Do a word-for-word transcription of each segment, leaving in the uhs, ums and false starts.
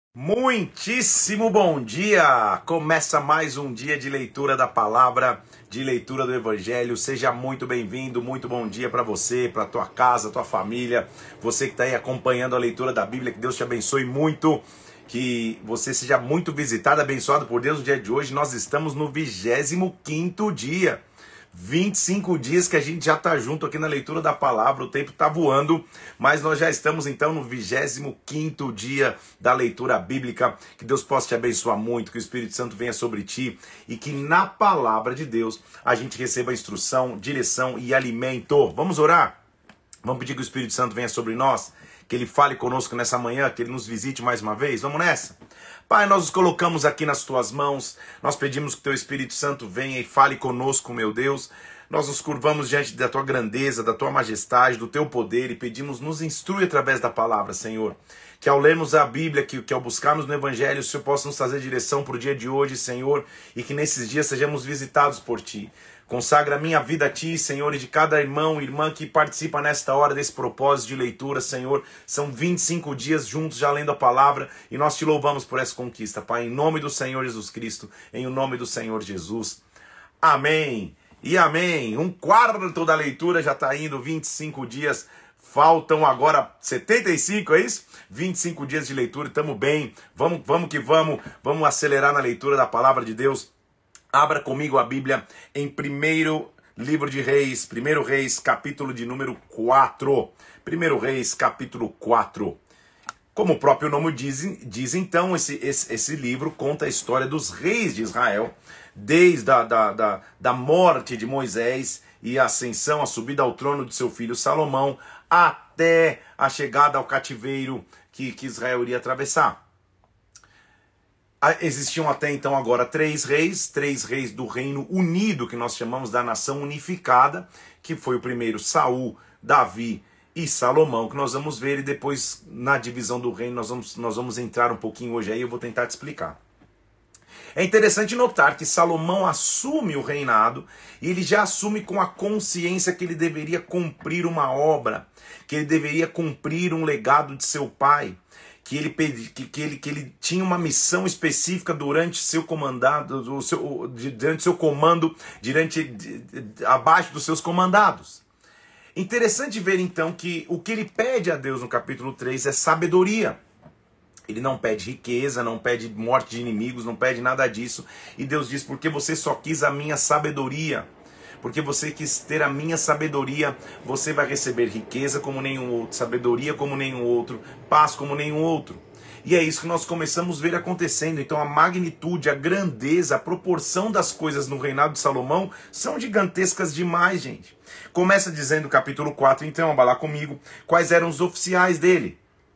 Muitíssimo bom dia! Começa mais um dia de leitura da palavra, de leitura do Evangelho. Seja muito bem-vindo, muito bom dia para você, para tua casa, tua família, você que está aí acompanhando a leitura da Bíblia. Que Deus te abençoe muito, que você seja muito visitado, abençoado por Deus no dia de hoje. Nós estamos no vigésimo quinto dia. vinte e cinco dias que a gente já está junto aqui na leitura da palavra, o tempo está voando, mas nós já estamos então no vigésimo quinto dia da leitura bíblica. Que Deus possa te abençoar muito, que o Espírito Santo venha sobre ti e que na palavra de Deus a gente receba instrução, direção e alimento. Vamos orar? Vamos pedir que o Espírito Santo venha sobre nós, que Ele fale conosco nessa manhã, que Ele nos visite mais uma vez. Vamos nessa? Pai, nós nos colocamos aqui nas Tuas mãos, nós pedimos que Teu Espírito Santo venha e fale conosco, meu Deus. Nós nos curvamos diante da Tua grandeza, da Tua majestade, do Teu poder e pedimos, nos instrui através da palavra, Senhor. Que ao lermos a Bíblia, que, que ao buscarmos no Evangelho, o Senhor possa nos trazer direção para o dia de hoje, Senhor, e que nesses dias sejamos visitados por Ti. Consagra a minha vida a Ti, Senhor, e de cada irmão e irmã que participa nesta hora desse propósito de leitura, Senhor. São vinte e cinco dias juntos já lendo a palavra e nós Te louvamos por essa conquista, Pai, em nome do Senhor Jesus Cristo, em o nome do Senhor Jesus. Amém e amém. Um quarto da leitura já está indo, vinte e cinco dias. Faltam agora setenta e cinco, é isso? vinte e cinco dias de leitura, estamos bem. Vamos, vamos que vamos, vamos acelerar na leitura da palavra de Deus. Abra comigo a Bíblia em primeiro livro de Reis, primeiro Reis, capítulo de número quatro. primeiro Reis, capítulo quatro. Como o próprio nome diz, diz então, esse, esse, esse livro conta a história dos reis de Israel, desde a da, da, da morte de Moisés e a ascensão, a subida ao trono de seu filho Salomão, até a chegada ao cativeiro que, que Israel iria atravessar. Existiam até então agora três reis, três reis do Reino Unido, que nós chamamos da Nação Unificada, que foi o primeiro Saul, Davi e Salomão, que nós vamos ver, e depois na divisão do reino nós vamos, nós vamos entrar um pouquinho hoje aí, eu vou tentar te explicar. É interessante notar que Salomão assume o reinado e ele já assume com a consciência que ele deveria cumprir uma obra, que ele deveria cumprir um legado de seu pai, que ele, que, que ele, que ele tinha uma missão específica durante seu comandado, o seu, durante seu comando, durante, de, de, abaixo dos seus comandados. Interessante ver então que o que ele pede a Deus no capítulo três é sabedoria. Ele não pede riqueza, não pede morte de inimigos, não pede nada disso. E Deus diz, porque você só quis a minha sabedoria. Porque você quis ter a minha sabedoria, você vai receber riqueza como nenhum outro, sabedoria como nenhum outro, paz como nenhum outro. E é isso que nós começamos a ver acontecendo. Então a magnitude, a grandeza, a proporção das coisas no reinado de Salomão são gigantescas demais, gente. Começa dizendo no capítulo quatro, então, vai lá comigo, quais eram os oficiais dele.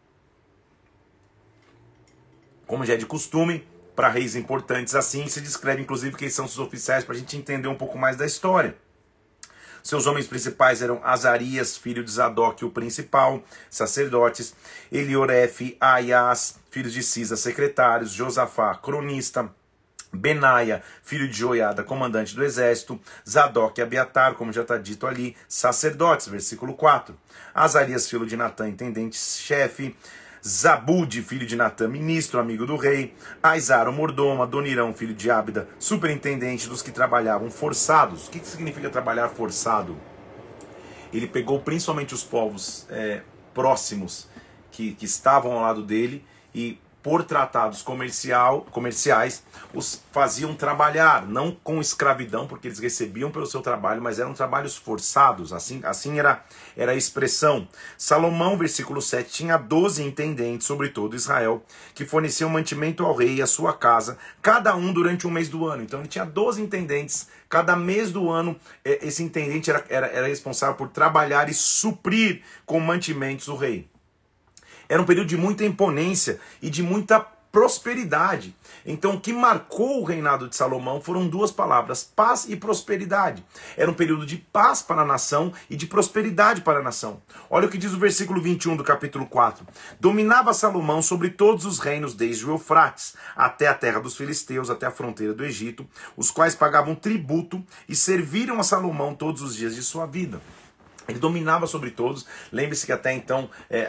Como já é de costume, para reis importantes assim, se descreve inclusive quem são os oficiais, para a gente entender um pouco mais da história. Seus homens principais eram Azarias, filho de Zadok, o principal, sacerdotes, Elioref, Aias, filhos de Cisa, secretários, Josafá, cronista, Benaia, filho de Joiada, comandante do exército, Zadok e Abiatar, como já está dito ali, sacerdotes, versículo quatro. Azarias, filho de Natã, intendente-chefe, Zabude, filho de Natã, ministro, amigo do rei, Aizar, o mordomo, Adonirão, filho de Ábida, superintendente dos que trabalhavam forçados. O que significa trabalhar forçado? Ele pegou principalmente os povos é, próximos que, que estavam ao lado dele e, por tratados comercial, comerciais, os faziam trabalhar, não com escravidão, porque eles recebiam pelo seu trabalho, mas eram trabalhos forçados, assim, assim era, era a expressão. Salomão, versículo sete, tinha doze intendentes sobre todo Israel, que forneciam mantimento ao rei e à sua casa, cada um durante um mês do ano. Então ele tinha doze intendentes, cada mês do ano esse intendente era, era, era responsável por trabalhar e suprir com mantimentos o rei. Era um período de muita imponência e de muita prosperidade. Então o que marcou o reinado de Salomão foram duas palavras, paz e prosperidade. Era um período de paz para a nação e de prosperidade para a nação. Olha o que diz o versículo vinte e um do capítulo quatro. Dominava Salomão sobre todos os reinos desde o Eufrates, até a terra dos filisteus, até a fronteira do Egito, os quais pagavam tributo e serviram a Salomão todos os dias de sua vida. Ele dominava sobre todos. Lembre-se que até então é,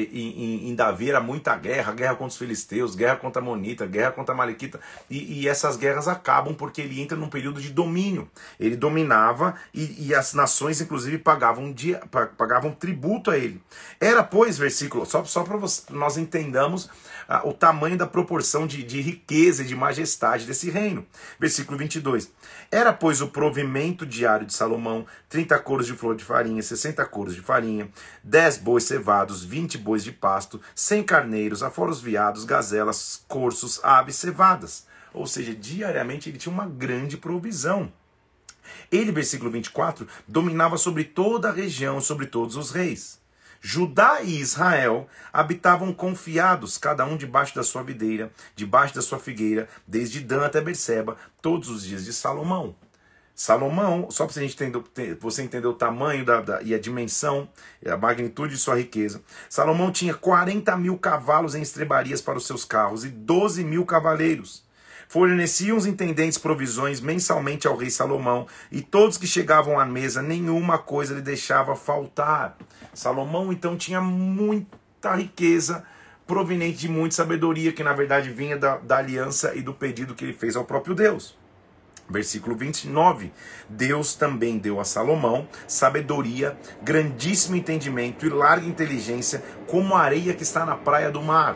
em, em Davi era muita guerra, guerra contra os filisteus, guerra contra a Amonita, guerra contra a Malequita, e, e essas guerras acabam porque ele entra num período de domínio. Ele dominava e, e as nações inclusive pagavam, dia, pagavam tributo a ele. Era, pois, versículo, só, só para nós entendamos ah, o tamanho da proporção de, de riqueza e de majestade desse reino. Versículo vinte e dois. Era, pois, o provimento diário de Salomão, trinta coros de flor de farinha, sessenta coros de farinha, dez bois cevados, vinte bois de pasto, cem carneiros, afora os veados, gazelas, corços, aves cevadas. Ou seja, diariamente ele tinha uma grande provisão. Ele, versículo vinte e quatro, dominava sobre toda a região, sobre todos os reis. Judá e Israel habitavam confiados, cada um debaixo da sua videira, debaixo da sua figueira, desde Dan até Berseba, todos os dias de Salomão. Salomão, só para você entender o tamanho da, da, e a dimensão, a magnitude de sua riqueza, Salomão tinha quarenta mil cavalos em estrebarias para os seus carros e doze mil cavaleiros. Forneciam os intendentes provisões mensalmente ao rei Salomão, e todos que chegavam à mesa, nenhuma coisa lhe deixava faltar. Salomão, então, tinha muita riqueza, proveniente de muita sabedoria, que na verdade vinha da, da aliança e do pedido que ele fez ao próprio Deus. Versículo vinte e nove, Deus também deu a Salomão sabedoria, grandíssimo entendimento e larga inteligência, como a areia que está na praia do mar.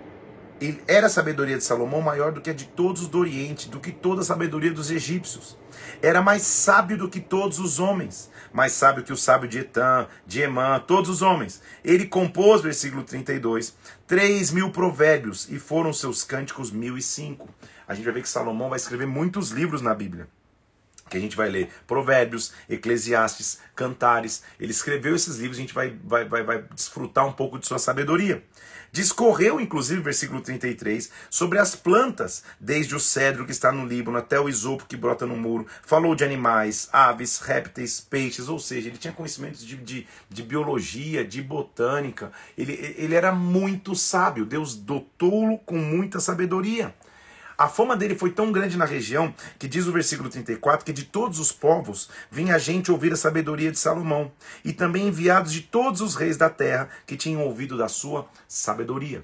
Ele, era a sabedoria de Salomão maior do que a de todos do Oriente, do que toda a sabedoria dos egípcios. Era mais sábio do que todos os homens, mais sábio que o sábio de Etã, de Emã, todos os homens. Ele compôs, versículo trinta e dois, três mil provérbios, e foram seus cânticos mil e cinco. A gente vai ver que Salomão vai escrever muitos livros na Bíblia, que a gente vai ler Provérbios, Eclesiastes, Cantares. Ele escreveu esses livros, a gente vai, vai, vai, vai desfrutar um pouco de sua sabedoria. Discorreu, inclusive, versículo trinta e três, sobre as plantas, desde o cedro que está no Líbano até o isopo que brota no muro. Falou de animais, aves, répteis, peixes, ou seja, ele tinha conhecimentos de, de, de biologia, de botânica. Ele, ele era muito sábio, Deus dotou-lo com muita sabedoria. A fama dele foi tão grande na região que diz o versículo trinta e quatro que de todos os povos vinha gente ouvir a sabedoria de Salomão, e também enviados de todos os reis da terra que tinham ouvido da sua sabedoria.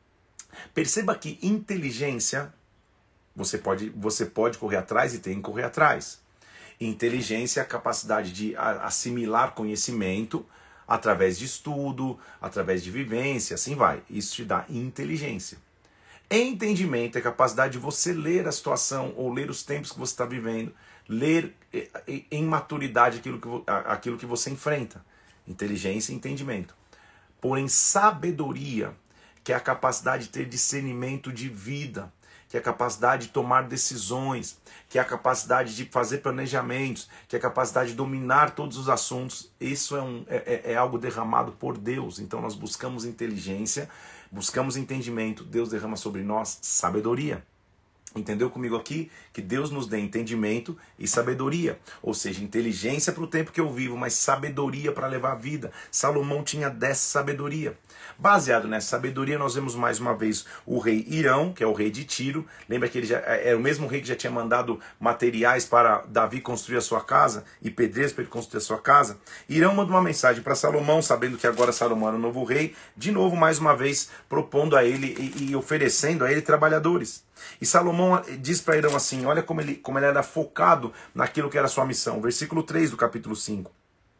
Perceba que inteligência você pode, você pode correr atrás e tem que correr atrás. Inteligência é a capacidade de assimilar conhecimento através de estudo, através de vivência, assim vai. Isso te dá inteligência. Entendimento é a capacidade de você ler a situação ou ler os tempos que você está vivendo, ler em maturidade aquilo que, aquilo que você enfrenta. Inteligência e entendimento. Porém, sabedoria, que é a capacidade de ter discernimento de vida, que é a capacidade de tomar decisões, que é a capacidade de fazer planejamentos, que é a capacidade de dominar todos os assuntos, isso é, um, é, é algo derramado por Deus. Então nós buscamos inteligência, buscamos entendimento, Deus derrama sobre nós sabedoria. Entendeu comigo aqui? Que Deus nos dê entendimento e sabedoria. Ou seja, inteligência para o tempo que eu vivo, mas sabedoria para levar a vida. Salomão tinha dessa sabedoria. Baseado nessa sabedoria, nós vemos mais uma vez o rei Irão, que é o rei de Tiro. Lembra que ele já era o mesmo rei que já tinha mandado materiais para Davi construir a sua casa e pedreiros para ele construir a sua casa. Irão manda uma mensagem para Salomão, sabendo que agora Salomão era o novo rei, de novo, mais uma vez, propondo a ele e, e oferecendo a ele trabalhadores. E Salomão diz para Irão assim, olha como ele, como ele era focado naquilo que era a sua missão. Versículo três do capítulo cinco.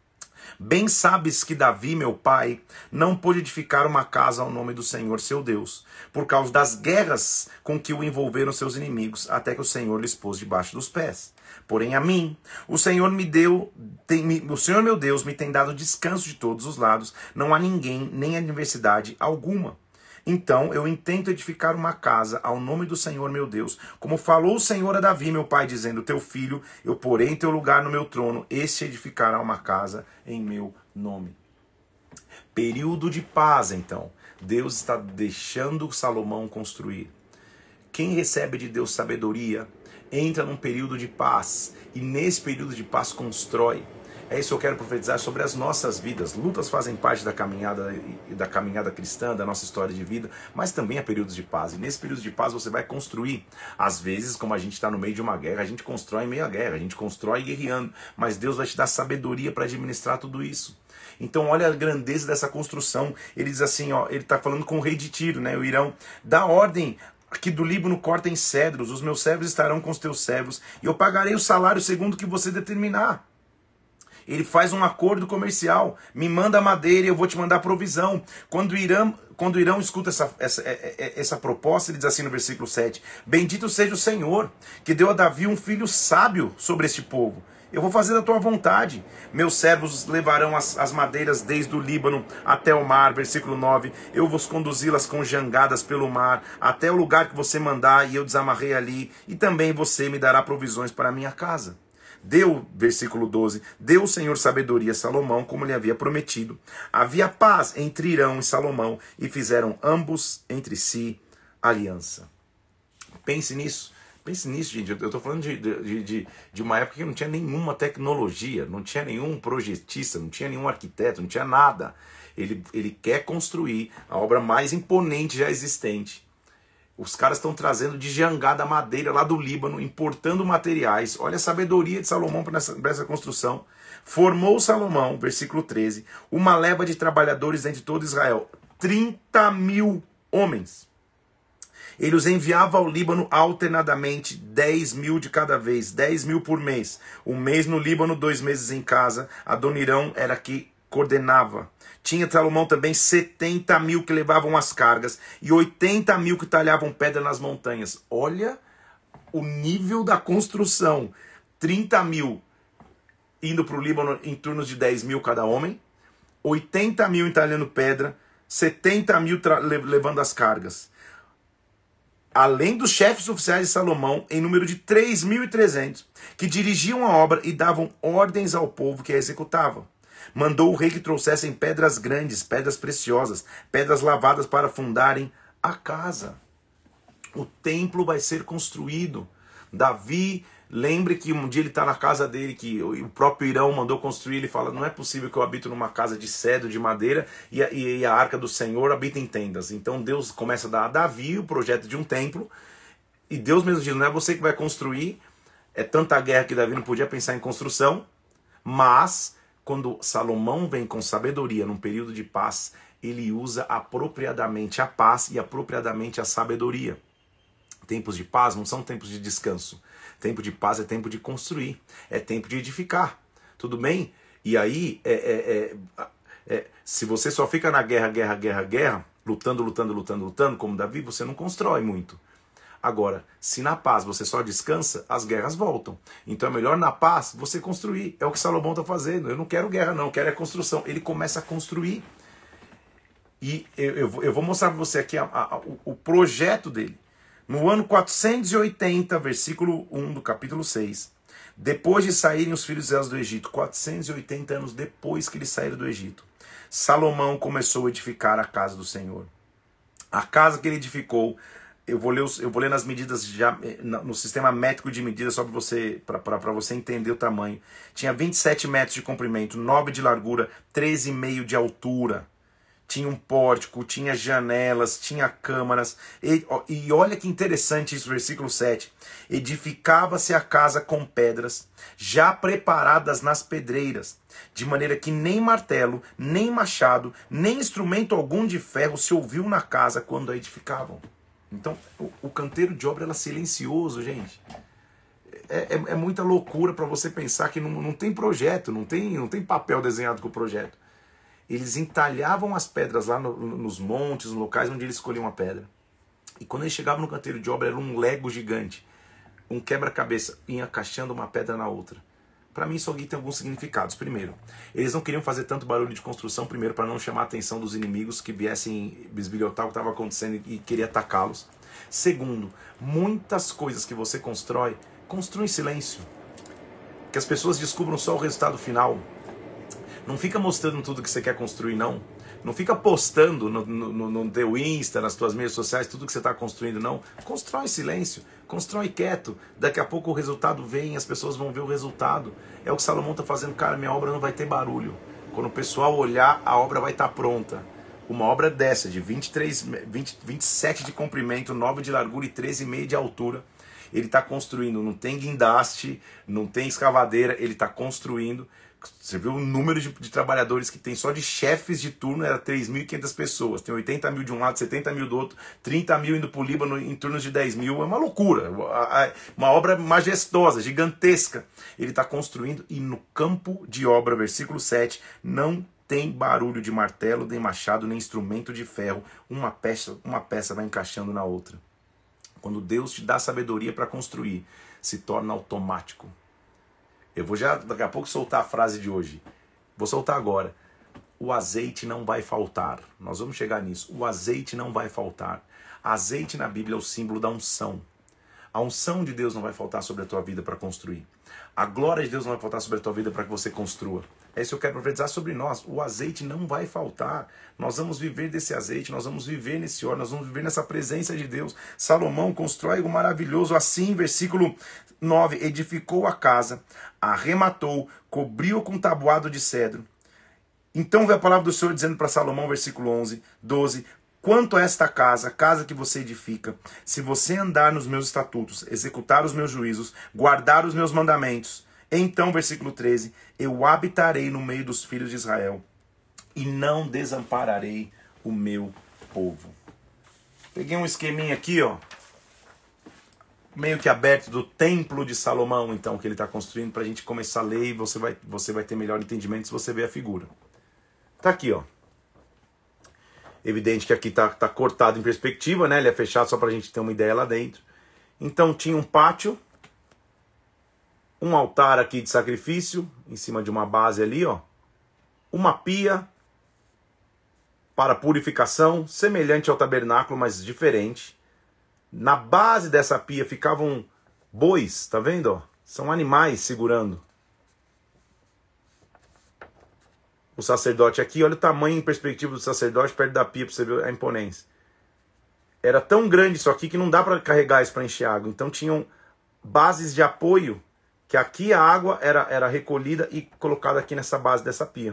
Bem sabes que Davi, meu pai, não pôde edificar uma casa ao nome do Senhor, seu Deus, por causa das guerras com que o envolveram seus inimigos, até que o Senhor lhes pôs debaixo dos pés. Porém a mim, o Senhor me deu, tem, me, o Senhor meu Deus me tem dado descanso de todos os lados, não há ninguém, nem adversidade alguma. Então eu intento edificar uma casa ao nome do Senhor meu Deus, como falou o Senhor a Davi, meu pai, dizendo, teu filho, eu porei em teu lugar no meu trono, este edificará uma casa em meu nome. Período de paz, então. Deus está deixando Salomão construir. Quem recebe de Deus sabedoria, entra num período de paz, e nesse período de paz constrói. É isso que eu quero profetizar sobre as nossas vidas. Lutas fazem parte da caminhada, da caminhada cristã, da nossa história de vida, mas também há períodos de paz. E nesse período de paz você vai construir. Às vezes, como a gente está no meio de uma guerra, a gente constrói em meio à guerra, a gente constrói guerreando, mas Deus vai te dar sabedoria para administrar tudo isso. Então olha a grandeza dessa construção. Ele diz assim, ó, ele está falando com o rei de Tiro, né, o Irão, dá ordem que do Líbano cortem cedros, os meus servos estarão com os teus servos, e eu pagarei o salário segundo o que você determinar. Ele faz um acordo comercial, me manda madeira e eu vou te mandar provisão. Quando o Irão, quando o Irão escuta essa, essa, essa proposta, ele diz assim no versículo sete, bendito seja o Senhor, que deu a Davi um filho sábio sobre este povo. Eu vou fazer a tua vontade. Meus servos levarão as, as madeiras desde o Líbano até o mar. Versículo nove. Eu vos conduzi-las com jangadas pelo mar, até o lugar que você mandar, e eu desamarrei ali. E também você me dará provisões para a minha casa. Deu, versículo doze, deu o Senhor sabedoria a Salomão, como lhe havia prometido. Havia paz entre Irão e Salomão, e fizeram ambos entre si aliança. Pense nisso. Pense nisso, gente. Eu estou falando de, de, de, de uma época que não tinha nenhuma tecnologia, não tinha nenhum projetista, não tinha nenhum arquiteto, não tinha nada. Ele, ele quer construir a obra mais imponente já existente. Os caras estão trazendo de jangada madeira lá do Líbano, importando materiais. Olha a sabedoria de Salomão para essa, para essa construção. Formou Salomão, versículo treze, uma leva de trabalhadores entre todo Israel. trinta mil homens. Ele os enviava ao Líbano alternadamente, dez mil de cada vez, dez mil por mês. Um mês no Líbano, dois meses em casa. Adonirão era que coordenava. Tinha Salomão também setenta mil que levavam as cargas e oitenta mil que talhavam pedra nas montanhas. Olha o nível da construção. trinta mil indo para o Líbano em turnos de dez mil cada homem, oitenta mil entalhando pedra, setenta mil levando as cargas. Além dos chefes oficiais de Salomão, em número de três mil e trezentos, que dirigiam a obra e davam ordens ao povo que a executava. Mandou o rei que trouxessem pedras grandes, pedras preciosas, pedras lavadas para fundarem a casa. O templo vai ser construído. Davi, lembre que um dia ele está na casa dele, que o próprio Irão mandou construir, ele fala, não é possível que eu habito numa casa de cedro, de madeira, e a, e a arca do Senhor habita em tendas. Então Deus começa a dar a Davi o projeto de um templo, e Deus mesmo diz, não é você que vai construir, é tanta guerra que Davi não podia pensar em construção, mas quando Salomão vem com sabedoria num período de paz, ele usa apropriadamente a paz e apropriadamente a sabedoria. Tempos de paz não são tempos de descanso. Tempo de paz é tempo de construir, é tempo de edificar, tudo bem? E aí, é, é, é, é, se você só fica na guerra, guerra, guerra, guerra, lutando, lutando, lutando, lutando, como Davi, você não constrói muito. Agora, se na paz você só descansa, as guerras voltam. Então é melhor na paz você construir. É o que Salomão está fazendo. Eu não quero guerra não, eu quero é construção. Ele começa a construir. E eu, eu, eu vou mostrar para você aqui a, a, o, o projeto dele. No ano quatrocentos e oitenta, versículo um do capítulo seis, depois de saírem os filhos de Israel do Egito, quatrocentos e oitenta anos depois que eles saíram do Egito, Salomão começou a edificar a casa do Senhor. A casa que ele edificou, eu vou ler, os, eu vou ler nas medidas, já, no sistema métrico de medidas, só para você, para você entender o tamanho. Tinha vinte e sete metros de comprimento, nove de largura, treze e meio de altura. Tinha um pórtico, tinha janelas, tinha câmaras. E, e olha que interessante isso, versículo sete. Edificava-se a casa com pedras, já preparadas nas pedreiras, de maneira que nem martelo, nem machado, nem instrumento algum de ferro se ouviu na casa quando a edificavam. Então, o, o canteiro de obra era silencioso, gente. É, é, é muita loucura para você pensar que não, não tem projeto, não tem, não tem papel desenhado com o projeto. Eles entalhavam as pedras lá no, nos montes, nos locais onde eles escolhiam a pedra. E quando eles chegavam no canteiro de obra, era um lego gigante. Um quebra-cabeça, ia encaixando uma pedra na outra. Para mim, isso aqui tem alguns significados. Primeiro, eles não queriam fazer tanto barulho de construção, primeiro, para não chamar a atenção dos inimigos que viessem bisbilhotar o que estava acontecendo e queria atacá-los. Segundo, muitas coisas que você constrói, construa em silêncio. Que as pessoas descubram só o resultado final. Não fica mostrando tudo que você quer construir, não. Não fica postando no, no, no teu Insta, nas tuas mídias sociais, tudo que você está construindo, não. Constrói em silêncio, constrói quieto. Daqui a pouco o resultado vem, as pessoas vão ver o resultado. É o que Salomão está fazendo. Cara, minha obra não vai ter barulho. Quando o pessoal olhar, a obra vai estar pronta. Uma obra dessa, de vinte e três, vinte, vinte e sete de comprimento, nove de largura e treze e meio de altura. Ele está construindo, não tem guindaste, não tem escavadeira, ele está construindo. Você viu o número de, de trabalhadores que tem só de chefes de turno, era três mil e quinhentas pessoas. Tem oitenta mil de um lado, setenta mil do outro, trinta mil indo para o Líbano em turnos de dez mil. É uma loucura, uma obra majestosa, gigantesca. Ele está construindo e no campo de obra, versículo sete, não tem barulho de martelo, nem machado, nem instrumento de ferro. Uma peça, uma peça vai encaixando na outra. Quando Deus te dá sabedoria para construir, se torna automático. Eu vou já daqui a pouco soltar a frase de hoje. Vou soltar agora. O azeite não vai faltar. Nós vamos chegar nisso. O azeite não vai faltar. Azeite na Bíblia é o símbolo da unção. A unção de Deus não vai faltar sobre a tua vida para construir. A glória de Deus não vai faltar sobre a tua vida para que você construa. É isso que eu quero profetizar sobre nós. O azeite não vai faltar. Nós vamos viver desse azeite, nós vamos viver nesse óleo, nós vamos viver nessa presença de Deus. Salomão constrói algo maravilhoso assim, versículo nove. Edificou a casa, arrematou, cobriu com tabuado de cedro. Então veio a palavra do Senhor dizendo para Salomão, versículo onze, doze. Quanto a esta casa, casa que você edifica, se você andar nos meus estatutos, executar os meus juízos, guardar os meus mandamentos, então, versículo treze, eu habitarei no meio dos filhos de Israel e não desampararei o meu povo. Peguei um esqueminha aqui, ó, meio que aberto do templo de Salomão, então, que ele está construindo, para a gente começar a ler e você vai, você vai ter melhor entendimento se você ver a figura. Tá aqui, ó. Evidente que aqui tá, tá cortado em perspectiva, né? Ele é fechado só para a gente ter uma ideia lá dentro. Então tinha um pátio, um altar aqui de sacrifício, em cima de uma base ali, ó. Uma pia para purificação, semelhante ao tabernáculo, mas diferente. Na base dessa pia ficavam bois, tá vendo? Ó? São animais segurando. O sacerdote aqui, olha o tamanho em perspectiva do sacerdote perto da pia para você ver a imponência. Era tão grande isso aqui que não dá para carregar isso para encher água. Então tinham bases de apoio, que aqui a água era, era recolhida e colocada aqui nessa base dessa pia.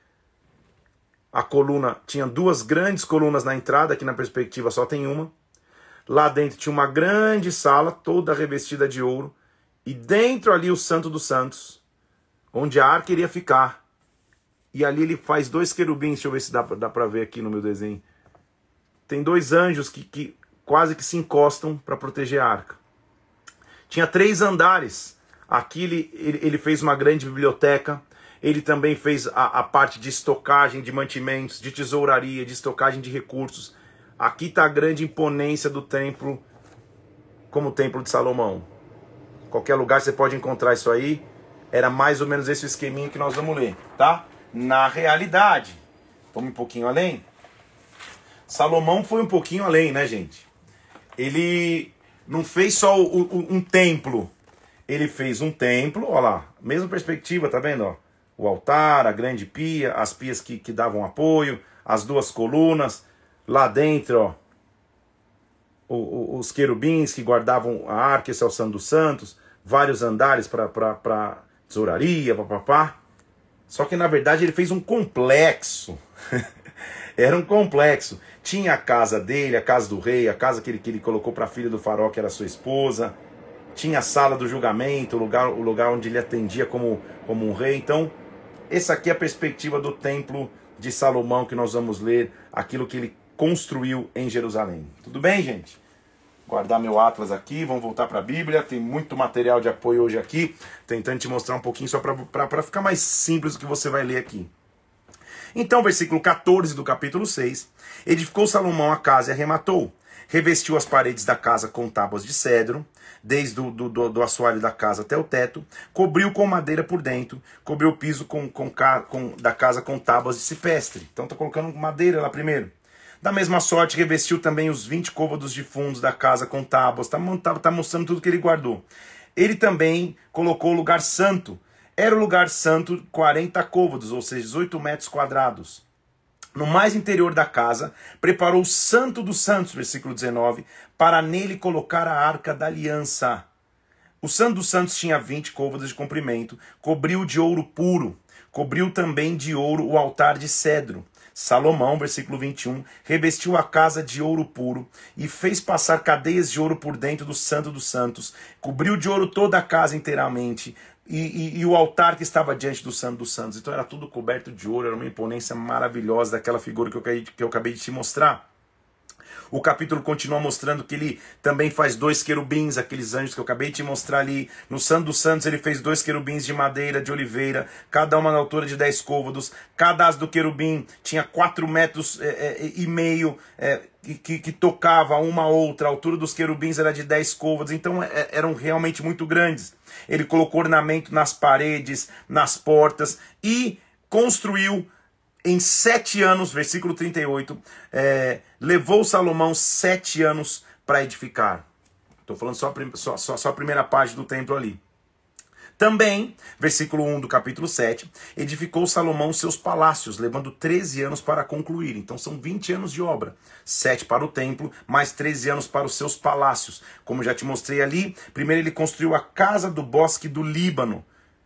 A coluna, tinha duas grandes colunas na entrada, aqui na perspectiva só tem uma. Lá dentro tinha uma grande sala, toda revestida de ouro. E dentro ali o Santo dos Santos, onde a arca iria ficar. E ali ele faz dois querubins, deixa eu ver se dá, dá para ver aqui no meu desenho. Tem dois anjos que, que quase que se encostam para proteger a arca. Tinha três andares. Aqui ele, ele, ele fez uma grande biblioteca. Ele também fez a, a parte de estocagem de mantimentos, de tesouraria, de estocagem de recursos. Aqui está a grande imponência do templo, como o templo de Salomão. Qualquer lugar você pode encontrar isso aí. Era mais ou menos esse o esqueminha que nós vamos ler, tá? Na realidade, vamos um pouquinho além. Salomão foi um pouquinho além, né, gente? Ele não fez só o, o, um templo. Ele fez um templo, ó lá, mesma perspectiva, tá vendo? Ó? O altar, a grande pia, as pias que, que davam apoio, as duas colunas. Lá dentro, ó, o, o, os querubins que guardavam a arca, esse é o Santo dos Santos. Vários andares para tesouraria, papapá. Só que na verdade ele fez um complexo. Era um complexo. Tinha a casa dele, a casa do rei, a casa que ele, que ele colocou para a filha do faraó, que era sua esposa. Tinha a sala do julgamento, o lugar, o lugar onde ele atendia como, como um rei. Então, essa aqui é a perspectiva do templo de Salomão, que nós vamos ler, aquilo que ele construiu em Jerusalém. Tudo bem, gente? Guardar meu atlas aqui, vamos voltar para a Bíblia. Tem muito material de apoio hoje aqui, tentando te mostrar um pouquinho só para ficar mais simples o que você vai ler aqui. Então, versículo quatorze do capítulo seis. Edificou Salomão a casa e arrematou. Revestiu as paredes da casa com tábuas de cedro, desde o do, do, do assoalho da casa até o teto. Cobriu com madeira por dentro. Cobriu o piso com, com, com, da casa com tábuas de cipestre. Então está colocando madeira lá primeiro. Da mesma sorte, revestiu também os vinte côvados de fundos da casa com tábuas. Está tá, tá mostrando tudo que ele guardou. Ele também colocou o lugar santo. Era o lugar santo quarenta côvados, ou seja, dezoito metros quadrados. no mais interior da casa, preparou o Santo dos Santos, versículo dezenove, para nele colocar a arca da aliança. O Santo dos Santos tinha vinte côvados de comprimento, cobriu de ouro puro, cobriu também de ouro o altar de cedro. Salomão, versículo vinte e um, revestiu a casa de ouro puro e fez passar cadeias de ouro por dentro do Santo dos Santos, cobriu de ouro toda a casa inteiramente, E, e, e o altar que estava diante do Santo dos Santos. Então era tudo coberto de ouro, era uma imponência maravilhosa daquela figura que eu, que eu acabei de te mostrar. O capítulo continua mostrando que ele também faz dois querubins, aqueles anjos que eu acabei de te mostrar ali. No Santo dos Santos ele fez dois querubins de madeira, de oliveira, cada uma na altura de dez côvados. Cada asa do querubim tinha quatro metros é, é, e meio, é, que, que tocava uma a outra. A altura dos querubins era de dez côvados, então é, eram realmente muito grandes. Ele colocou ornamento nas paredes, nas portas e construiu em sete anos, versículo trinta e oito, é, levou Salomão sete anos para edificar. Estou falando só, só, só, só a primeira parte do templo ali. Também, versículo um do capítulo sete, edificou Salomão seus palácios, levando treze anos para concluir. Então são vinte anos de obra. sete para o templo, mais treze anos para os seus palácios. Como já te mostrei ali, primeiro ele construiu a casa do bosque do Líbano.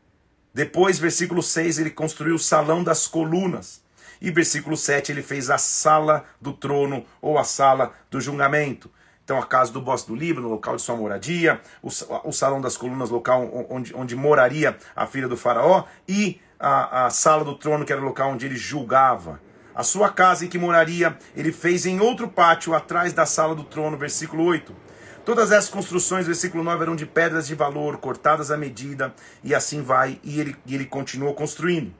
Depois, versículo seis, ele construiu o salão das colunas. E versículo sete, ele fez a sala do trono ou a sala do julgamento. Então a casa do bosque do Líbano, local de sua moradia, o, o salão das colunas, local onde, onde moraria a filha do faraó, e a, a sala do trono, que era o local onde ele julgava. A sua casa em que moraria, ele fez em outro pátio, atrás da sala do trono, versículo oito. Todas essas construções, versículo nove, eram de pedras de valor, cortadas à medida, e assim vai, e ele, e ele continuou construindo.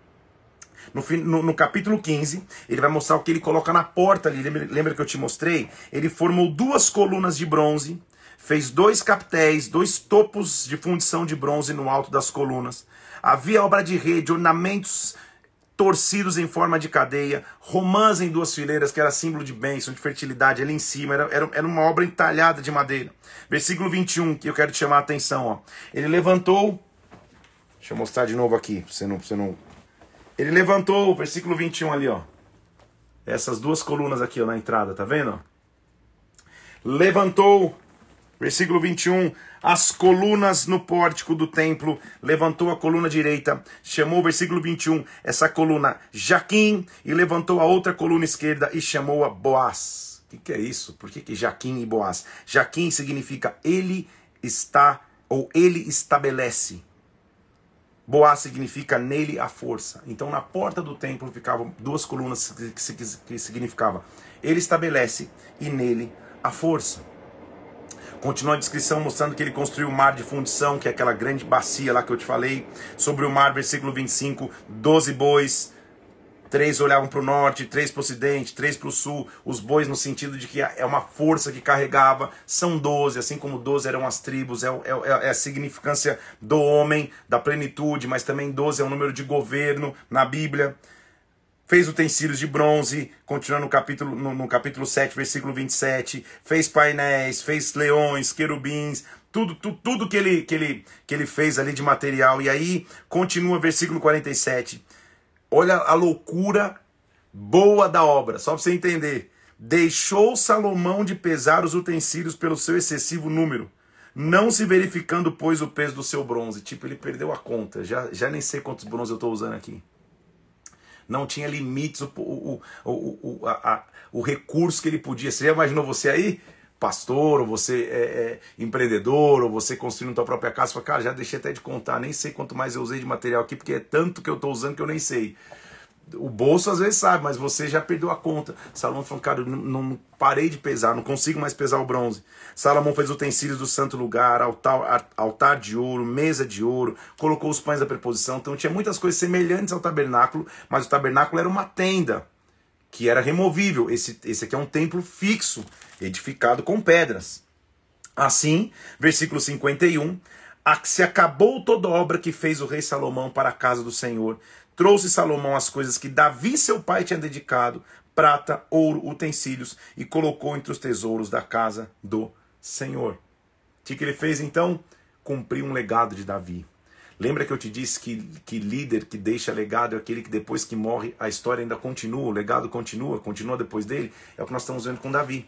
No, no, no capítulo quinze, ele vai mostrar o que ele coloca na porta ali. Lembra, lembra que eu te mostrei? Ele formou duas colunas de bronze, fez dois capitéis, dois topos de fundição de bronze no alto das colunas. Havia obra de rede, ornamentos torcidos em forma de cadeia, romãs em duas fileiras, que era símbolo de bênção, de fertilidade, ali em cima. Era, era, era uma obra entalhada de madeira. Versículo vinte e um, que eu quero te chamar a atenção. Ó. Ele levantou... Deixa eu mostrar de novo aqui, pra você não... Pra você não... Ele levantou, versículo vinte e um ali, ó. Essas duas colunas aqui, ó, na entrada, tá vendo? Levantou, versículo vinte e um, as colunas no pórtico do templo, levantou a coluna direita, chamou, versículo vinte e um, essa coluna Jaquim, e levantou a outra coluna esquerda e chamou-a Boaz. O que, que é isso? Por que, que Jaquim e Boaz? Jaquim significa ele está, ou ele estabelece. Boaz significa nele a força. Então na porta do templo ficavam duas colunas que, que, que significava ele estabelece e nele a força. Continua a descrição mostrando que ele construiu o mar de fundição, que é aquela grande bacia lá que eu te falei. Sobre o mar, versículo vinte e cinco, doze bois, três olhavam para o norte, três para o ocidente, três para o sul. Os bois no sentido de que é uma força que carregava. São doze, assim como doze eram as tribos. É, é, é a significância do homem, da plenitude, mas também doze é um número de governo na Bíblia. Fez utensílios de bronze, continuando no capítulo, no, no capítulo sete, versículo vinte e sete. Fez painéis, fez leões, querubins, tudo, tudo, tudo que, ele, que, ele, que ele fez ali de material. E aí continua versículo quarenta e sete. Olha a loucura boa da obra, só para você entender. Deixou Salomão de pesar os utensílios pelo seu excessivo número, não se verificando, pois, o peso do seu bronze. Tipo, ele perdeu a conta, já, já nem sei quantos bronzes eu estou usando aqui. Não tinha limites, o, o, o, o, a, a, o recurso que ele podia. Você já imaginou você aí? Pastor, ou você é, é, empreendedor, ou você construindo tua própria casa, fala, cara, já deixei até de contar, nem sei quanto mais eu usei de material aqui, porque é tanto que eu estou usando que eu nem sei. O bolso às vezes sabe, mas você já perdeu a conta. Salomão falou, cara, eu não, não parei de pesar, não consigo mais pesar o bronze. Salomão fez utensílios do santo lugar, altar, altar de ouro, mesa de ouro, colocou os pães da preposição. Então tinha muitas coisas semelhantes ao tabernáculo, mas o tabernáculo era uma tenda, que era removível. Esse, esse aqui é um templo fixo, edificado com pedras. Assim, versículo cinquenta e um, se acabou toda a obra que fez o rei Salomão para a casa do Senhor. Trouxe Salomão as coisas que Davi seu pai tinha dedicado, prata, ouro, utensílios, e colocou entre os tesouros da casa do Senhor. O que ele fez então? Cumpriu um legado de Davi. Lembra que eu te disse que, que líder que deixa legado é aquele que depois que morre a história ainda continua, o legado continua, continua depois dele? É o que nós estamos vendo com Davi.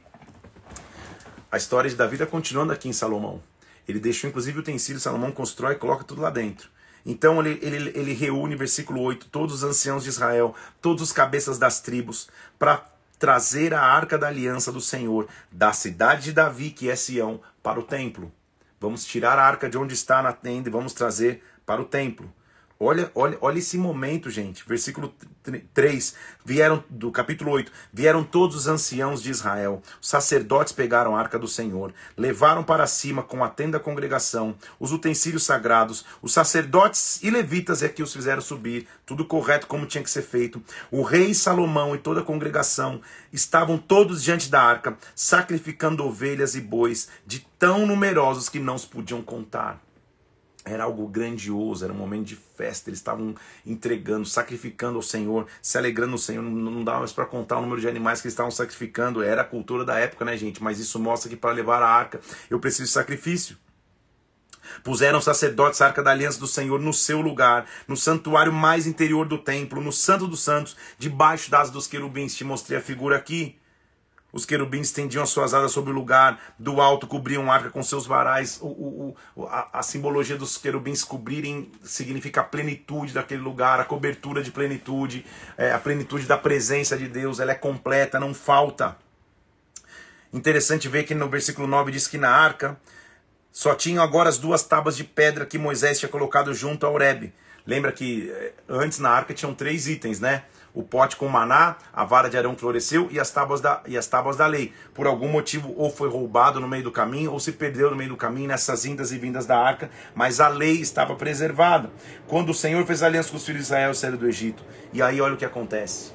A história de Davi está continuando aqui em Salomão. Ele deixou inclusive o utensílio, Salomão constrói e coloca tudo lá dentro. Então ele, ele, ele reúne, versículo oito, todos os anciãos de Israel, todos os cabeças das tribos, para trazer a arca da aliança do Senhor, da cidade de Davi, que é Sião, para o templo. Vamos tirar a arca de onde está na tenda e vamos trazer para o templo. Olha, olha, olha esse momento, gente. Versículo três, vieram, do capítulo oito. Vieram todos os anciãos de Israel. Os sacerdotes pegaram a arca do Senhor. Levaram para cima com a tenda da congregação os utensílios sagrados. Os sacerdotes e levitas é que os fizeram subir. Tudo correto como tinha que ser feito. O rei Salomão e toda a congregação estavam todos diante da arca, sacrificando ovelhas e bois, de tão numerosos que não se podiam contar. Era algo grandioso, era um momento de festa, eles estavam entregando, sacrificando ao Senhor, se alegrando no Senhor, não, não dava mais para contar o número de animais que eles estavam sacrificando, era a cultura da época, né, gente? Mas isso mostra que para levar a arca eu preciso de sacrifício. Puseram os sacerdotes a arca da aliança do Senhor no seu lugar, no santuário mais interior do templo, no santo dos santos, debaixo das dos querubins. Te mostrei a figura aqui. Os querubins estendiam as suas asas sobre o lugar, do alto cobriam a arca com seus varais. O, o, o, a, a simbologia dos querubins cobrirem significa a plenitude daquele lugar, a cobertura de plenitude, é, a plenitude da presença de Deus, ela é completa, não falta. Interessante ver que no versículo nove diz que na arca só tinham agora as duas tábuas de pedra que Moisés tinha colocado junto ao Horebe. Lembra que antes na arca tinham três itens, né? O pote com maná, a vara de Arão floresceu e as tábuas da, e as tábuas da lei. Por algum motivo, ou foi roubado no meio do caminho, ou se perdeu no meio do caminho nessas indas e vindas da arca, mas a lei estava preservada. Quando o Senhor fez aliança com os filhos de Israel, saíram do Egito. E aí olha o que acontece.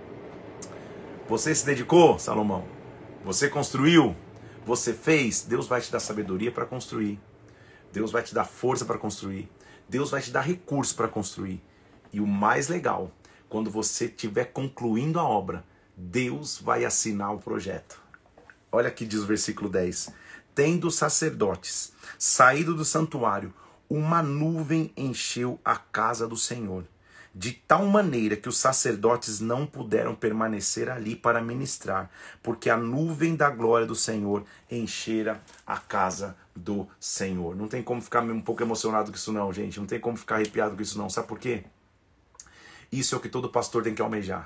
Você se dedicou, Salomão? Você construiu? Você fez? Deus vai te dar sabedoria para construir. Deus vai te dar força para construir. Deus vai te dar recurso para construir. E o mais legal, quando você estiver concluindo a obra, Deus vai assinar o projeto. Olha aqui diz o versículo dez. Tendo os sacerdotes saído do santuário, uma nuvem encheu a casa do Senhor, de tal maneira que os sacerdotes não puderam permanecer ali para ministrar, porque a nuvem da glória do Senhor enchera a casa do Senhor. Não tem como ficar um pouco emocionado com isso não, gente. Não tem como ficar arrepiado com isso não. Sabe por quê? Isso é o que todo pastor tem que almejar.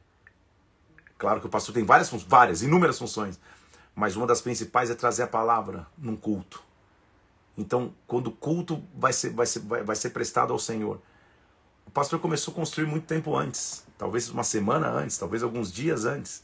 Claro que o pastor tem várias, várias, inúmeras funções, mas uma das principais é trazer a palavra num culto. Então, quando o culto vai ser, vai ser, vai, vai ser prestado ao Senhor, o pastor começou a construir muito tempo antes, talvez uma semana antes, talvez alguns dias antes.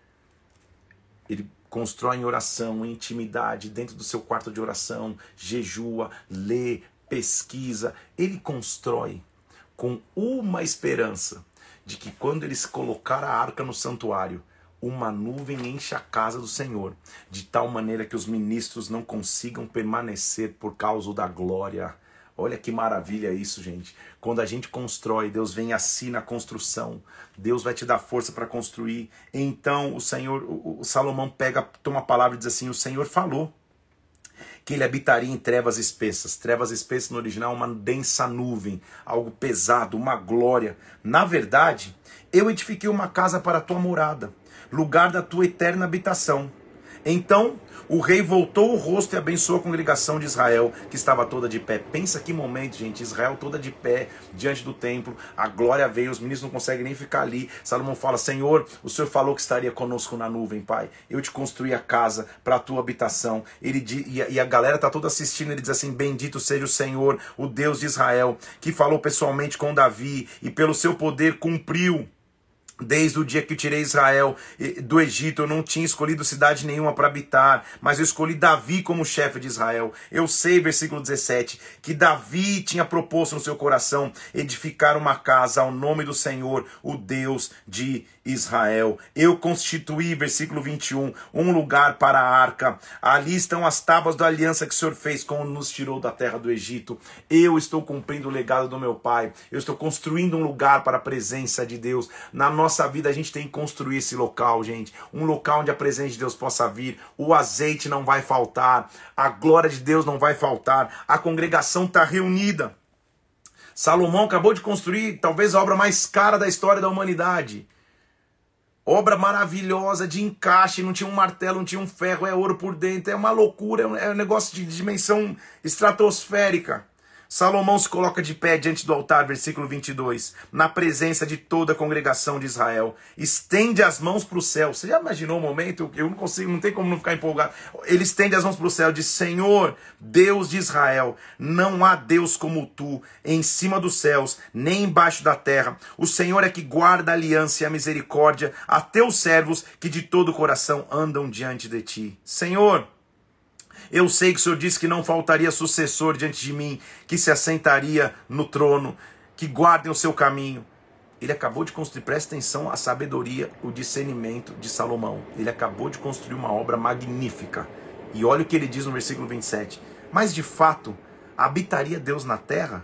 Ele constrói em oração, em intimidade, dentro do seu quarto de oração, jejua, lê, pesquisa. Ele constrói com uma esperança de que quando eles colocar a arca no santuário, uma nuvem enche a casa do Senhor, de tal maneira que os ministros não consigam permanecer por causa da glória. Olha que maravilha isso, gente. Quando a gente constrói, Deus vem e assina a construção. Deus vai te dar força para construir. Então o Senhor, o, o Salomão pega, toma a palavra e diz assim, o Senhor falou que ele habitaria em trevas espessas. Trevas espessas no original uma densa nuvem, algo pesado, uma glória. Na verdade, eu edifiquei uma casa para a tua morada, lugar da tua eterna habitação. Então o rei voltou o rosto e abençoou a congregação de Israel, que estava toda de pé. Pensa que momento, gente. Israel toda de pé, diante do templo. A glória veio, os ministros não conseguem nem ficar ali. Salomão fala, Senhor, o Senhor falou que estaria conosco na nuvem, Pai. Eu te construí a casa para a tua habitação. Ele, e, a, e a galera está toda assistindo. Ele diz assim, bendito seja o Senhor, o Deus de Israel, que falou pessoalmente com Davi e pelo seu poder cumpriu. Desde o dia que eu tirei Israel do Egito, eu não tinha escolhido cidade nenhuma para habitar, mas eu escolhi Davi como chefe de Israel. Eu sei, versículo dezessete, que Davi tinha proposto no seu coração edificar uma casa ao nome do Senhor, o Deus de Israel. Eu constituí, versículo vinte e um, um lugar para a arca. Ali estão as tábuas da aliança que o Senhor fez quando nos tirou da terra do Egito. Eu estou cumprindo o legado do meu pai. Eu estou construindo um lugar para a presença de Deus. Na nossa vida a gente tem que construir esse local, gente. Um local onde a presença de Deus possa vir. O azeite não vai faltar. A glória de Deus não vai faltar. A congregação está reunida. Salomão acabou de construir talvez a obra mais cara da história da humanidade. Obra maravilhosa, de encaixe, não tinha um martelo, não tinha um ferro, é ouro por dentro, é uma loucura, é um, é um negócio de dimensão estratosférica. Salomão se coloca de pé diante do altar, versículo vinte e dois, na presença de toda a congregação de Israel, estende as mãos para o céu. Você já imaginou o momento? Eu não consigo, não tem como não ficar empolgado. Ele estende as mãos para o céu e diz: Senhor, Deus de Israel, não há Deus como tu, em cima dos céus, nem embaixo da terra. O Senhor é que guarda a aliança e a misericórdia a teus servos que de todo o coração andam diante de ti. Senhor, eu sei que o Senhor disse que não faltaria sucessor diante de mim, que se assentaria no trono, que guardem o seu caminho. Ele acabou de construir, presta atenção, a sabedoria, o discernimento de Salomão. Ele acabou de construir uma obra magnífica. E olha o que ele diz no versículo vinte e sete. Mas de fato, habitaria Deus na terra?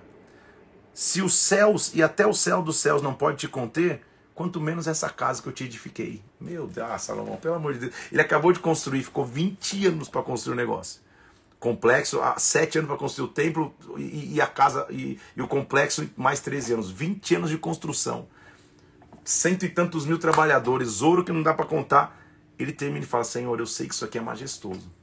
Se os céus e até o céu dos céus não pode te conter, quanto menos essa casa que eu te edifiquei. Meu Deus, ah, Salomão, pelo amor de Deus. Ele acabou de construir, ficou vinte anos para construir o negócio. Complexo, sete anos para construir o templo e, e a casa e, e o complexo, mais treze anos. vinte anos de construção. Cento e tantos mil trabalhadores, ouro que não dá para contar. Ele termina e fala: Senhor, eu sei que isso aqui é majestoso.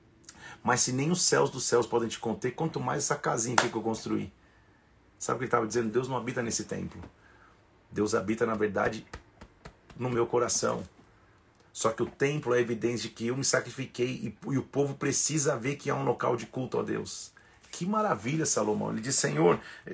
Mas se nem os céus dos céus podem te conter, quanto mais essa casinha aqui que eu construí. Sabe o que ele estava dizendo? Deus não habita nesse templo. Deus habita, na verdade, no meu coração. Só que o templo é a evidência de que eu me sacrifiquei e, e o povo precisa ver que há um local de culto a Deus. Que maravilha, Salomão. Ele diz: Senhor,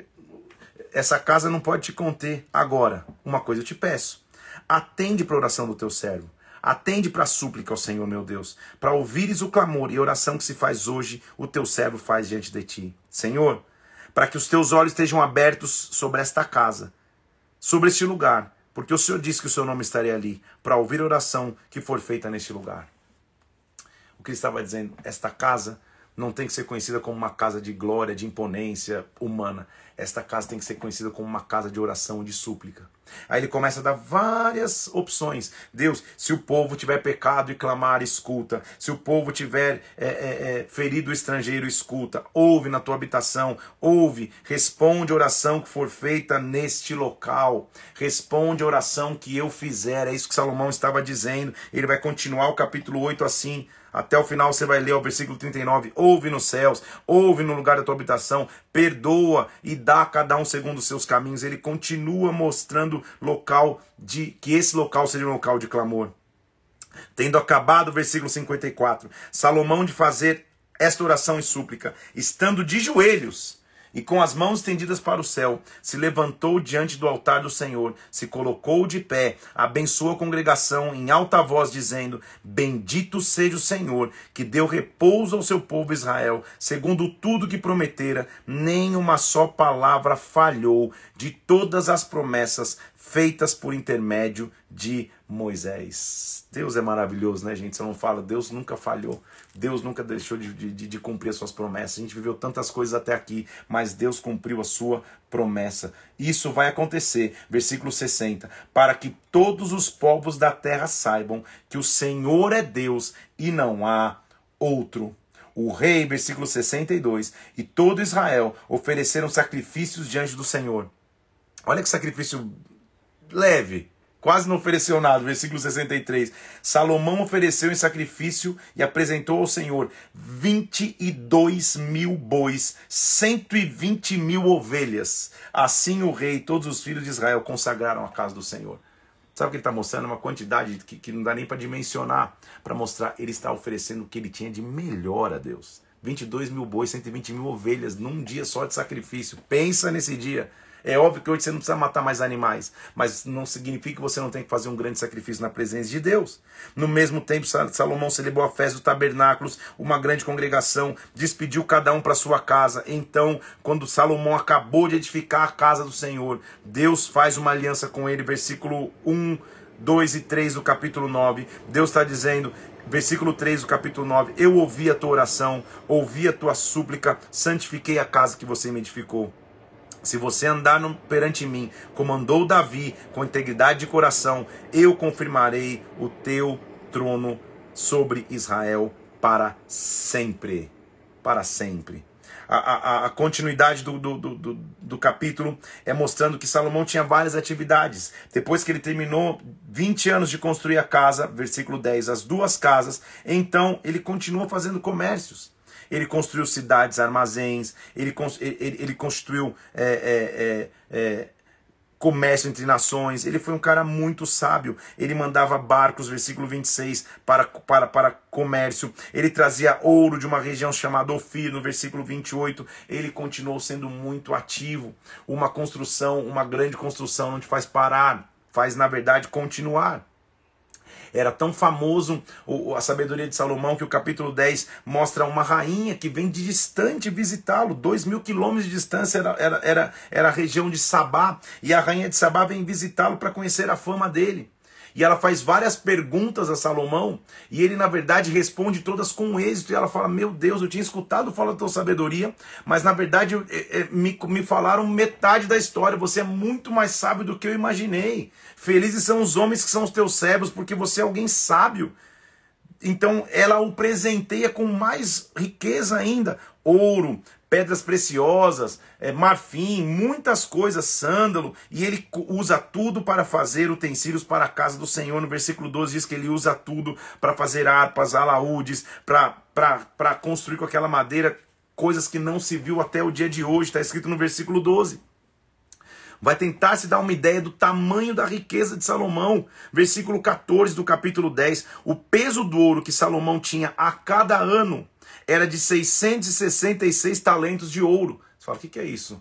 essa casa não pode te conter. Agora, uma coisa eu te peço. Atende para a oração do teu servo. Atende para a súplica ao Senhor, meu Deus. Para ouvires o clamor e a oração que se faz hoje, o teu servo faz diante de ti. Senhor, para que os teus olhos estejam abertos sobre esta casa, sobre este lugar, porque o Senhor disse que o seu nome estaria ali, para ouvir a oração que for feita neste lugar. O que ele estava dizendo, esta casa não tem que ser conhecida como uma casa de glória, de imponência humana. Esta casa tem que ser conhecida como uma casa de oração e de súplica. Aí ele começa a dar várias opções. Deus, se o povo tiver pecado e clamar, escuta. Se o povo tiver é, é, é, ferido o estrangeiro, escuta. Ouve na tua habitação, ouve. Responde a oração que for feita neste local. Responde a oração que eu fizer. É isso que Salomão estava dizendo. Ele vai continuar o capítulo oito assim. Até o final você vai ler o versículo trinta e nove. Ouve nos céus, ouve no lugar da tua habitação, perdoa e dá a cada um segundo os seus caminhos. Ele continua mostrando local de que esse local seja um local de clamor. Tendo acabado o versículo cinquenta e quatro, Salomão de fazer esta oração e súplica, estando de joelhos e com as mãos estendidas para o céu, se levantou diante do altar do Senhor, se colocou de pé, abençoou a congregação em alta voz, dizendo: bendito seja o Senhor, que deu repouso ao seu povo Israel, segundo tudo que prometera, nem uma só palavra falhou de todas as promessas feitas por intermédio de Moisés. Deus é maravilhoso, né, gente? Você não fala, Deus nunca falhou, Deus nunca deixou de, de, de cumprir as suas promessas. A gente viveu tantas coisas até aqui, mas Deus cumpriu a sua promessa. Isso vai acontecer, versículo sessenta, para que todos os povos da terra saibam que o Senhor é Deus e não há outro. O rei, versículo sessenta e dois, e todo Israel ofereceram sacrifícios diante do Senhor. Olha que sacrifício leve, quase não ofereceu nada. Versículo sessenta e três. Salomão ofereceu em sacrifício e apresentou ao Senhor vinte e dois mil bois, cento e vinte mil ovelhas. Assim o rei e todos os filhos de Israel consagraram a casa do Senhor. Sabe o que ele está mostrando? Uma quantidade que, que não dá nem para dimensionar, para mostrar. Ele está oferecendo o que ele tinha de melhor a Deus. vinte e dois mil bois, cento e vinte mil ovelhas num dia só de sacrifício. Pensa nesse dia. É óbvio que hoje você não precisa matar mais animais, mas não significa que você não tem que fazer um grande sacrifício na presença de Deus. No mesmo tempo, Salomão celebrou a festa dos tabernáculos, uma grande congregação, despediu cada um para sua casa. Então, quando Salomão acabou de edificar a casa do Senhor, Deus faz uma aliança com ele, versículo um, dois e três do capítulo nove. Deus está dizendo, versículo três do capítulo nove, eu ouvi a tua oração, ouvi a tua súplica, santifiquei a casa que você me edificou. Se você andar no, perante mim, como andou Davi, com integridade de coração, eu confirmarei o teu trono sobre Israel para sempre. Para sempre. a, a, a continuidade do, do, do, do capítulo é mostrando que Salomão tinha várias atividades. Depois que ele terminou vinte anos de construir a casa, versículo dez, as duas casas, então ele continuou fazendo comércios. Ele construiu cidades, armazéns, ele, ele, ele construiu é, é, é, é, comércio entre nações. Ele foi um cara muito sábio. Ele mandava barcos, versículo vinte e seis, para, para, para comércio. Ele trazia ouro de uma região chamada Ofir, no versículo vinte e oito. Ele continuou sendo muito ativo. Uma construção, uma grande construção não te faz parar, faz na verdade continuar. Era tão famoso a sabedoria de Salomão que o capítulo dez mostra uma rainha que vem de distante visitá-lo. Dois mil quilômetros de distância era, era, era, era a região de Sabá. E a rainha de Sabá vem visitá-lo para conhecer a fama dele. E ela faz várias perguntas a Salomão. E ele, na verdade, responde todas com êxito. E ela fala, meu Deus, eu tinha escutado falar da tua sabedoria, mas na verdade eu, eu, me, me falaram metade da história. Você é muito mais sábio do que eu imaginei. Felizes são os homens que são os teus servos, porque você é alguém sábio. Então ela o presenteia com mais riqueza ainda. Ouro, pedras preciosas, é, marfim, muitas coisas, sândalo, e ele usa tudo para fazer utensílios para a casa do Senhor. No versículo doze diz que ele usa tudo para fazer harpas, alaúdes, para construir com aquela madeira coisas que não se viu até o dia de hoje. Está escrito no versículo doze. Vai tentar se dar uma ideia do tamanho da riqueza de Salomão. Versículo quatorze do capítulo dez. O peso do ouro que Salomão tinha a cada ano era de seiscentos e sessenta e seis talentos de ouro. Você fala, o que, que é isso?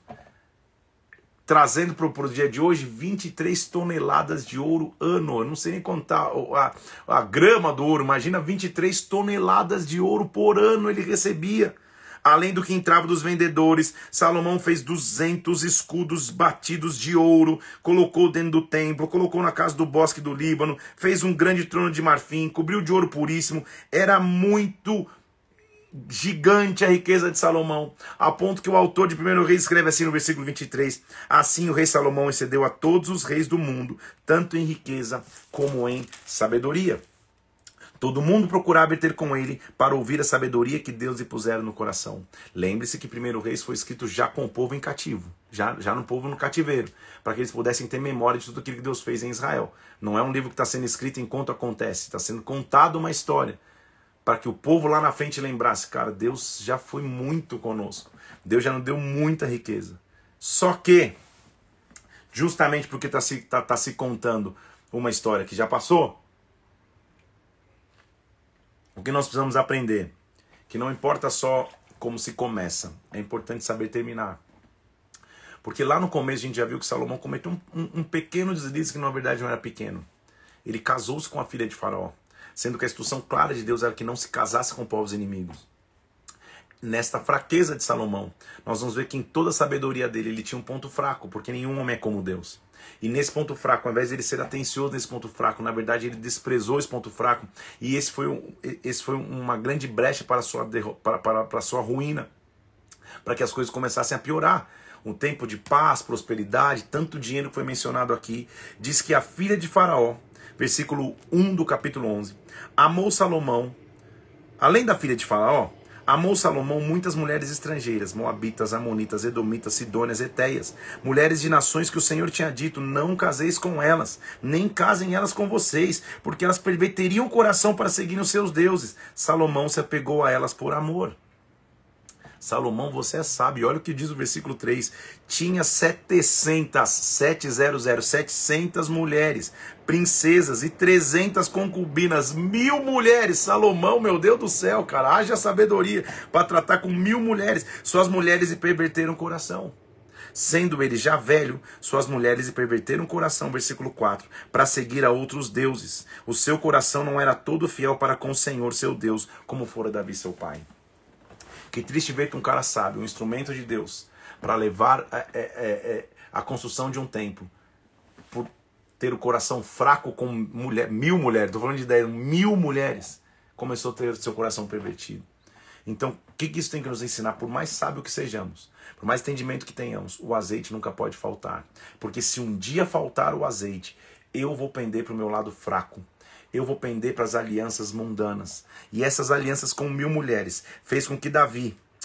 Trazendo para o dia de hoje, vinte e três toneladas de ouro ano. Eu não sei nem contar a, a, a grama do ouro. Imagina vinte e três toneladas de ouro por ano ele recebia. Além do que entrava dos vendedores, Salomão fez duzentos escudos batidos de ouro, colocou dentro do templo, colocou na casa do bosque do Líbano, fez um grande trono de marfim, cobriu de ouro puríssimo. Era muito gigante a riqueza de Salomão, a ponto que o autor de primeiro Reis escreve assim no versículo vinte e três, assim o rei Salomão excedeu a todos os reis do mundo, tanto em riqueza como em sabedoria. Todo mundo procurava ter com ele para ouvir a sabedoria que Deus lhe pusera no coração. Lembre-se que primeiro Reis foi escrito já com o povo em cativo, já, já no povo no cativeiro, para que eles pudessem ter memória de tudo aquilo que Deus fez em Israel. Não é um livro que está sendo escrito enquanto acontece, está sendo contada uma história, para que o povo lá na frente lembrasse, cara, Deus já foi muito conosco, Deus já nos deu muita riqueza. Só que, justamente porque está se, tá, tá se contando uma história que já passou, o que nós precisamos aprender? Que não importa só como se começa, é importante saber terminar. Porque lá no começo a gente já viu que Salomão cometeu um, um, um pequeno deslize que na verdade não era pequeno. Ele casou-se com a filha de Faraó, sendo que a instrução clara de Deus era que não se casasse com povos inimigos. Nesta fraqueza de Salomão, nós vamos ver que em toda a sabedoria dele ele tinha um ponto fraco, porque nenhum homem é como Deus. E nesse ponto fraco, ao invés de ele ser atencioso nesse ponto fraco, na verdade ele desprezou esse ponto fraco, e esse foi, um, esse foi uma grande brecha para a sua, para, para, para a sua ruína, para que as coisas começassem a piorar. Um tempo de paz, prosperidade, tanto dinheiro que foi mencionado aqui, diz que a filha de Faraó, versículo um do capítulo onze, amou Salomão, além da filha de Faraó, amou Salomão muitas mulheres estrangeiras, moabitas, amonitas, edomitas, sidônias, etéias, mulheres de nações que o Senhor tinha dito, não caseis com elas, nem casem elas com vocês, porque elas perverteriam o coração para seguir os seus deuses. Salomão se apegou a elas por amor. Salomão, você é sábio. Olha o que diz o versículo três. Tinha setecentas, setecentas, setecentas mulheres, princesas e trezentas concubinas. Mil mulheres. Salomão, meu Deus do céu, cara. Haja sabedoria para tratar com mil mulheres. Suas mulheres lhe perverteram o coração. Sendo ele já velho, suas mulheres lhe perverteram o coração, versículo quatro, para seguir a outros deuses. O seu coração não era todo fiel para com o Senhor, seu Deus, como fora Davi, seu pai. Que triste ver que um cara sábio, um instrumento de Deus, para levar é, é, é, a construção de um templo, por ter o coração fraco com mulher, mil mulheres, estou falando de dez, mil mulheres, começou a ter seu coração pervertido. Então, o que, que isso tem que nos ensinar? Por mais sábio que sejamos, por mais entendimento que tenhamos, o azeite nunca pode faltar. Porque se um dia faltar o azeite, eu vou pender para o meu lado fraco. Eu vou pender para as alianças mundanas. E essas alianças com mil mulheres fez com que Davi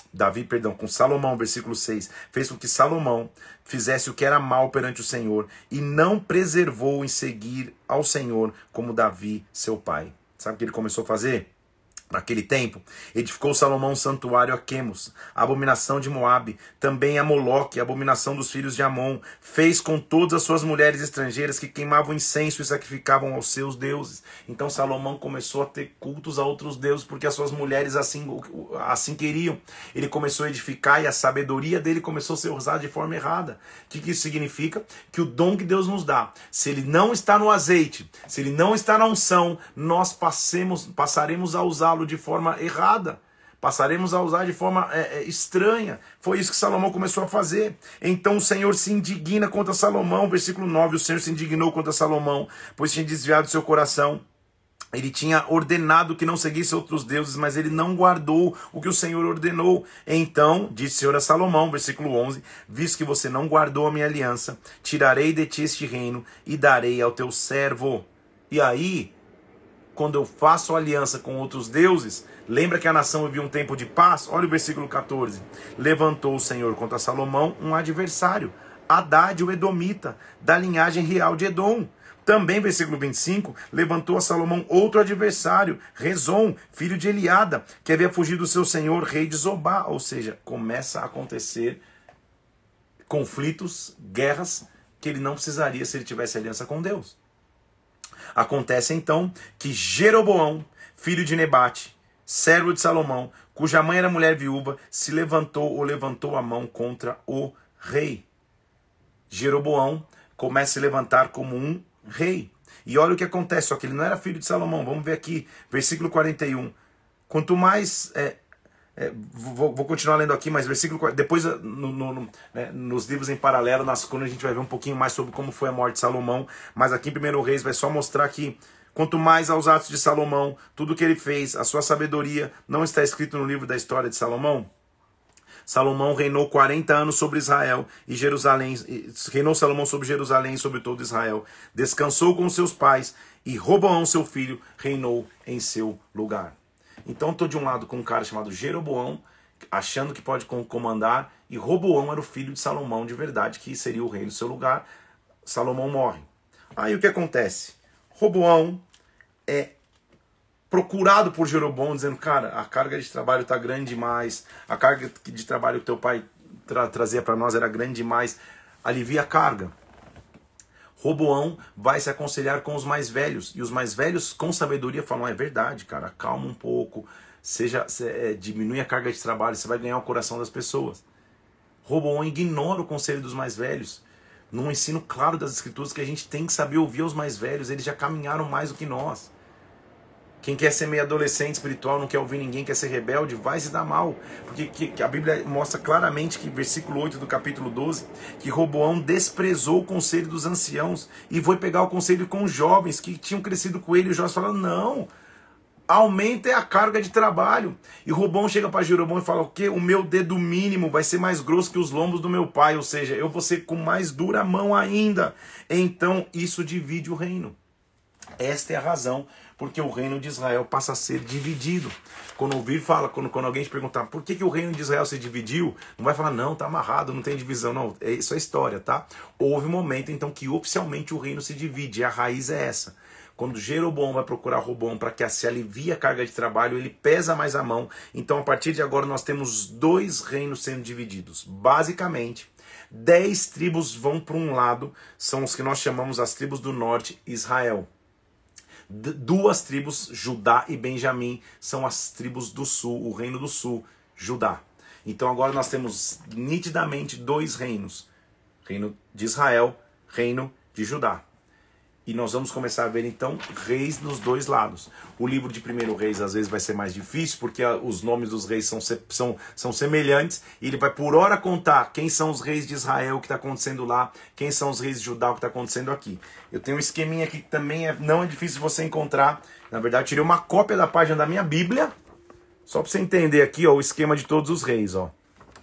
Davi, perdão, com Salomão, versículo seis, fez com que Salomão fizesse o que era mal perante o Senhor e não preservou em seguir ao Senhor como Davi, seu pai. Sabe o que ele começou a fazer? Naquele tempo, edificou Salomão um santuário a Quemos, a abominação de Moabe, também a Moloque, a abominação dos filhos de Amon, fez com todas as suas mulheres estrangeiras que queimavam incenso e sacrificavam aos seus deuses. Então Salomão começou a ter cultos a outros deuses, porque as suas mulheres assim, assim queriam. Ele começou a edificar e a sabedoria dele começou a ser usada de forma errada. O que, que isso significa? Que o dom que Deus nos dá, se ele não está no azeite, se ele não está na unção, nós passemos, passaremos a usá-lo de forma errada, passaremos a usar de forma é, é, estranha. Foi isso que Salomão começou a fazer. Então o Senhor se indigna contra Salomão, versículo nove, o Senhor se indignou contra Salomão, pois tinha desviado seu coração. Ele tinha ordenado que não seguisse outros deuses, mas ele não guardou o que o Senhor ordenou. Então, disse o Senhor a Salomão, versículo onze, visto que você não guardou a minha aliança, tirarei de ti este reino e darei ao teu servo. E aí, quando eu faço aliança com outros deuses, lembra que a nação vivia um tempo de paz? Olha o versículo catorze. Levantou o Senhor contra Salomão um adversário, Hadad, o Edomita, da linhagem real de Edom. Também, versículo vinte e cinco, levantou a Salomão outro adversário, Rezon, filho de Eliada, que havia fugido do seu senhor, rei de Zobá. Ou seja, começa a acontecer conflitos, guerras, que ele não precisaria se ele tivesse aliança com Deus. Acontece então que Jeroboão, filho de Nebate, servo de Salomão, cuja mãe era mulher viúva, se levantou ou levantou a mão contra o rei. Jeroboão começa a se levantar como um rei. E olha o que acontece, só que ele não era filho de Salomão. Vamos ver aqui, versículo quarenta e um. Quanto mais... É, é, vou, vou continuar lendo aqui, mas versículo depois no, no, no, né, nos livros em paralelo, nas, quando a gente vai ver um pouquinho mais sobre como foi a morte de Salomão, mas aqui em primeiro Reis vai só mostrar que quanto mais aos atos de Salomão, tudo que ele fez, a sua sabedoria, não está escrito no livro da história de Salomão. Salomão reinou quarenta anos sobre Israel e Jerusalém, reinou Salomão sobre Jerusalém e sobre todo Israel, descansou com seus pais e Roboão, seu filho, reinou em seu lugar. Então estou de um lado com um cara chamado Jeroboão, achando que pode comandar, e Roboão era o filho de Salomão de verdade, que seria o rei no seu lugar. Salomão morre. Aí o que acontece? Roboão é procurado por Jeroboão, dizendo, cara, a carga de trabalho está grande demais, a carga de trabalho que teu pai tra trazia para nós era grande demais, alivia a carga. Roboão vai se aconselhar com os mais velhos, e os mais velhos com sabedoria falam, é verdade, cara, calma um pouco, seja, é, diminui a carga de trabalho, você vai ganhar o coração das pessoas. Roboão ignora o conselho dos mais velhos, num ensino claro das escrituras que a gente tem que saber ouvir os mais velhos, eles já caminharam mais do que nós. Quem quer ser meio adolescente espiritual, não quer ouvir ninguém, quer ser rebelde, vai se dar mal. Porque que, que a Bíblia mostra claramente, que versículo oito do capítulo doze, que Roboão desprezou o conselho dos anciãos e foi pegar o conselho com os jovens que tinham crescido com ele. E os jovens falaram, não, aumenta a carga de trabalho. E Roboão chega para Jeroboão e fala, o quê? O meu dedo mínimo vai ser mais grosso que os lombos do meu pai, ou seja, eu vou ser com mais dura mão ainda. Então isso divide o reino. Esta é a razão porque o reino de Israel passa a ser dividido. Quando ouvir, fala, quando, quando alguém te perguntar por que, que o reino de Israel se dividiu, não vai falar, não, tá amarrado, não tem divisão, não. É, isso é história, tá? Houve um momento, então, que oficialmente o reino se divide, e a raiz é essa. Quando Jeroboão vai procurar Roboão para que se alivie a carga de trabalho, ele pesa mais a mão. Então, a partir de agora, nós temos dois reinos sendo divididos. Basicamente, dez tribos vão para um lado, são os que nós chamamos as tribos do norte, Israel. Duas tribos, Judá e Benjamim, são as tribos do sul, o reino do sul, Judá. Então agora nós temos nitidamente dois reinos, reino de Israel, reino de Judá. E nós vamos começar a ver então reis nos dois lados. O livro de primeiro Reis às vezes vai ser mais difícil, porque os nomes dos reis são, são, são semelhantes, e ele vai por hora contar quem são os reis de Israel, o que está acontecendo lá, quem são os reis de Judá, o que está acontecendo aqui. Eu tenho um esqueminha aqui que também é, não é difícil você encontrar. Na verdade, eu tirei uma cópia da página da minha Bíblia, só para você entender aqui, ó, o esquema de todos os reis. Ó.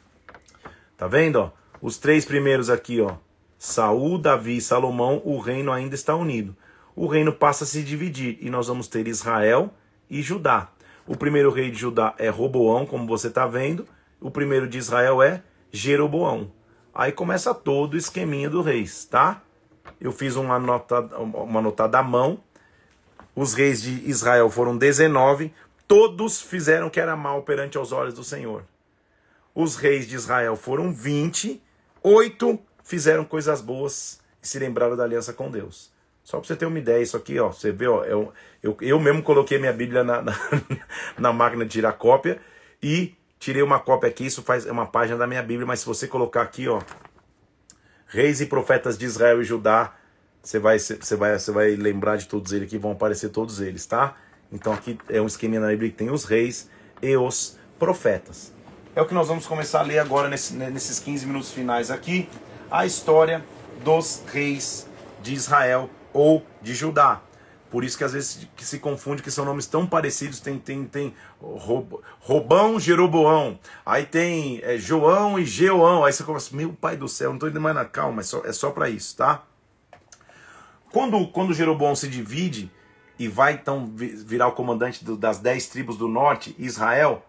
Tá vendo? Ó? Os três primeiros aqui, ó. Saul, Davi e Salomão, o reino ainda está unido. O reino passa a se dividir e nós vamos ter Israel e Judá. O primeiro rei de Judá é Roboão, como você está vendo, O primeiro de Israel é Jeroboão. Aí começa todo o esqueminha do reis, tá? Eu fiz uma nota, uma notada à mão. Os reis de Israel foram dezenove. Todos fizeram o que era mal perante aos olhos do Senhor. Os reis de Israel foram vinte. Oito fizeram coisas boas e se lembraram da aliança com Deus. Só para você ter uma ideia, isso aqui, ó, você vê, ó, eu, eu, eu mesmo coloquei minha Bíblia na, na, na máquina de tirar cópia e tirei uma cópia aqui, isso faz é uma página da minha Bíblia, mas se você colocar aqui, ó, Reis e Profetas de Israel e Judá, você vai, você vai, você vai lembrar de todos eles aqui, vão aparecer todos eles, tá? Então aqui é um esqueminha na Bíblia que tem os reis e os profetas. É o que nós vamos começar a ler agora nesse, nesses quinze minutos finais aqui, a história dos reis de Israel ou de Judá. Por isso que às vezes que se confunde, que são nomes tão parecidos. Tem, tem, tem Robão, Jeroboão. Aí tem é, João e Jeoão. Aí você começa, meu pai do céu, não estou indo mais na calma, é só, é só para isso, tá? Quando, quando Jeroboão se divide e vai então virar o comandante do, das dez tribos do norte, Israel,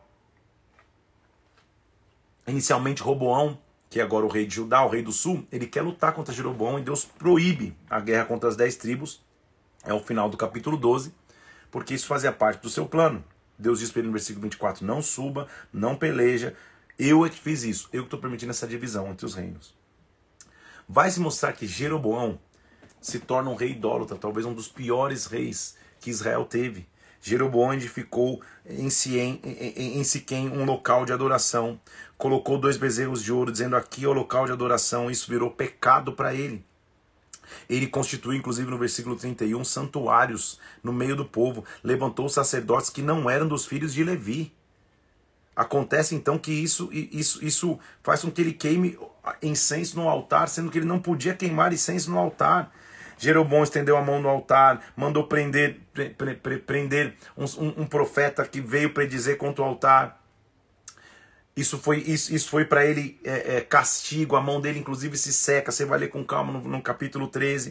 inicialmente Roboão, que é agora o rei de Judá, o rei do sul, ele quer lutar contra Jeroboão e Deus proíbe a guerra contra as dez tribos. É o final do capítulo doze, porque isso fazia parte do seu plano. Deus diz para ele no versículo vinte e quatro, não suba, não peleja, eu é que fiz isso, eu que estou permitindo essa divisão entre os reinos. Vai se mostrar que Jeroboão se torna um rei idólatra, talvez um dos piores reis que Israel teve. Jeroboão edificou em Siquém, em Siquém um local de adoração, colocou dois bezerros de ouro, dizendo aqui é o local de adoração, isso virou pecado para ele. Ele constituiu, inclusive no versículo trinta e um, santuários no meio do povo, levantou sacerdotes que não eram dos filhos de Levi. Acontece então que isso, isso, isso faz com que ele queime incenso no altar, sendo que ele não podia queimar incenso no altar. Jeroboão estendeu a mão no altar, mandou prender, pre, pre, pre, prender um, um, um profeta que veio predizer contra o altar. Isso foi, isso, isso foi para ele é, é, castigo, a mão dele inclusive se seca, você vai ler com calma no, no capítulo treze.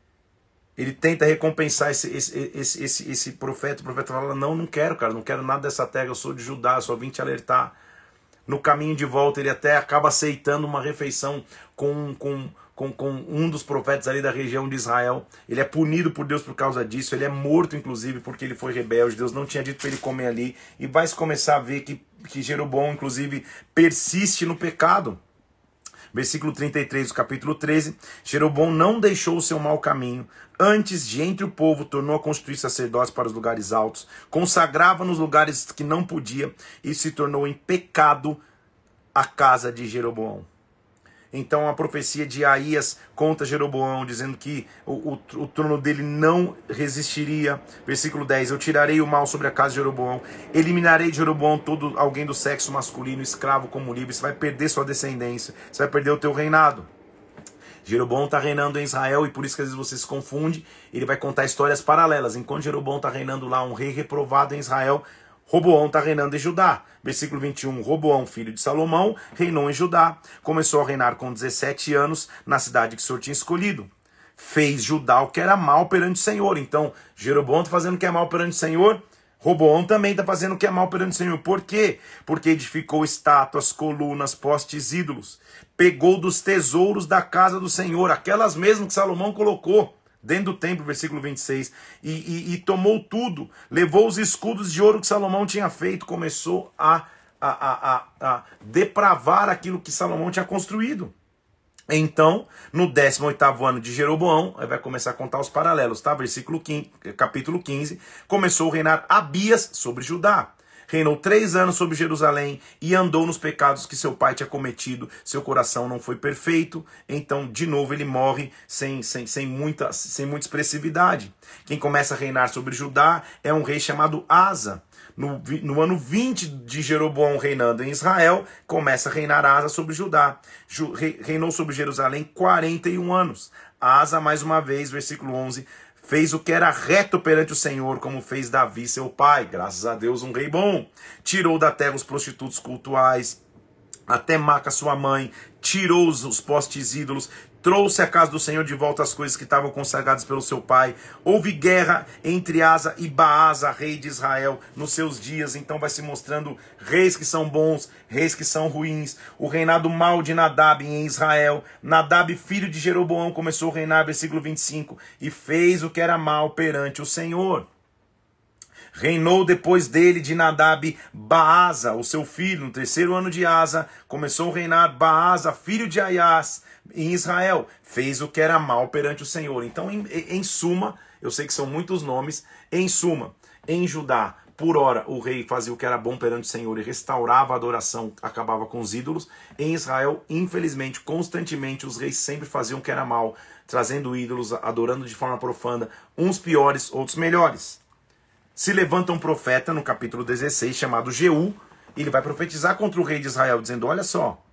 Ele tenta recompensar esse, esse, esse, esse, esse profeta, o profeta fala, não, não quero, cara, não quero nada dessa terra, eu sou de Judá, eu só vim te alertar. No caminho de volta ele até acaba aceitando uma refeição com, com, com, com um dos profetas ali da região de Israel. Ele é punido por Deus por causa disso, ele é morto inclusive porque ele foi rebelde, Deus não tinha dito para ele comer ali. E vai se começar a ver que, que Jeroboão inclusive persiste no pecado. Versículo trinta e três do capítulo treze, Jeroboão não deixou o seu mau caminho, antes de entre o povo tornou a constituir sacerdotes para os lugares altos, consagrava nos lugares que não podia, e se tornou em pecado a casa de Jeroboão. Então a profecia de Aías contra Jeroboão, dizendo que o, o, o trono dele não resistiria. Versículo dez, eu tirarei o mal sobre a casa de Jeroboão, eliminarei de Jeroboão todo alguém do sexo masculino, escravo como livre, você vai perder sua descendência, você vai perder o teu reinado. Jeroboão está reinando em Israel e por isso que às vezes você se confunde, ele vai contar histórias paralelas. Enquanto Jeroboão está reinando lá, um rei reprovado em Israel, Roboão está reinando em Judá. Versículo vinte e um, Roboão, filho de Salomão, reinou em Judá. Começou a reinar com dezessete anos na cidade que o Senhor tinha escolhido. Fez Judá o que era mal perante o Senhor. Então, Jeroboão está fazendo o que é mal perante o Senhor. Roboão também está fazendo o que é mal perante o Senhor. Por quê? Porque edificou estátuas, colunas, postes, ídolos. Pegou dos tesouros da casa do Senhor, aquelas mesmas que Salomão colocou dentro do templo, versículo vinte e seis, e, e, e tomou tudo, levou os escudos de ouro que Salomão tinha feito, começou a, a, a, a, a depravar aquilo que Salomão tinha construído. Então, no décimo oitavo ano de Jeroboão, aí vai começar a contar os paralelos, tá? Versículo quinze, capítulo quinze, começou a reinar Abias sobre Judá. Reinou três anos sobre Jerusalém e andou nos pecados que seu pai tinha cometido. Seu coração não foi perfeito. Então, de novo, ele morre sem, sem, sem, muita, sem muita expressividade. Quem começa a reinar sobre Judá é um rei chamado Asa. No, no ano vinte de Jeroboão reinando em Israel, começa a reinar Asa sobre Judá. Ju, reinou sobre Jerusalém quarenta e um anos. Asa, mais uma vez, versículo onze, fez o que era reto perante o Senhor, como fez Davi, seu pai. Graças a Deus, um rei bom. Tirou da terra os prostitutos cultuais, até Maca, sua mãe. Tirou os, os postes ídolos. trouxe a casa do Senhor de volta as coisas que estavam consagradas pelo seu pai. Houve guerra entre Asa e Baasa, rei de Israel, nos seus dias. Então vai se mostrando reis que são bons, reis que são ruins. O reinado mau de Nadab em Israel. Nadab, filho de Jeroboão, começou a reinar, versículo vinte e cinco, e fez o que era mal perante o Senhor. Reinou depois dele de Nadab Baasa, o seu filho, no terceiro ano de Asa, começou a reinar Baasa, filho de Aias, em Israel. Fez o que era mal perante o Senhor. Então, em, em suma, eu sei que são muitos nomes, em suma, em Judá, por ora, o rei fazia o que era bom perante o Senhor e restaurava a adoração, acabava com os ídolos. Em Israel, infelizmente, constantemente, os reis sempre faziam o que era mal, trazendo ídolos, adorando de forma profana, uns piores, outros melhores. Se levanta um profeta no capítulo dezesseis, chamado Jeú, e ele vai profetizar contra o rei de Israel, dizendo: olha só,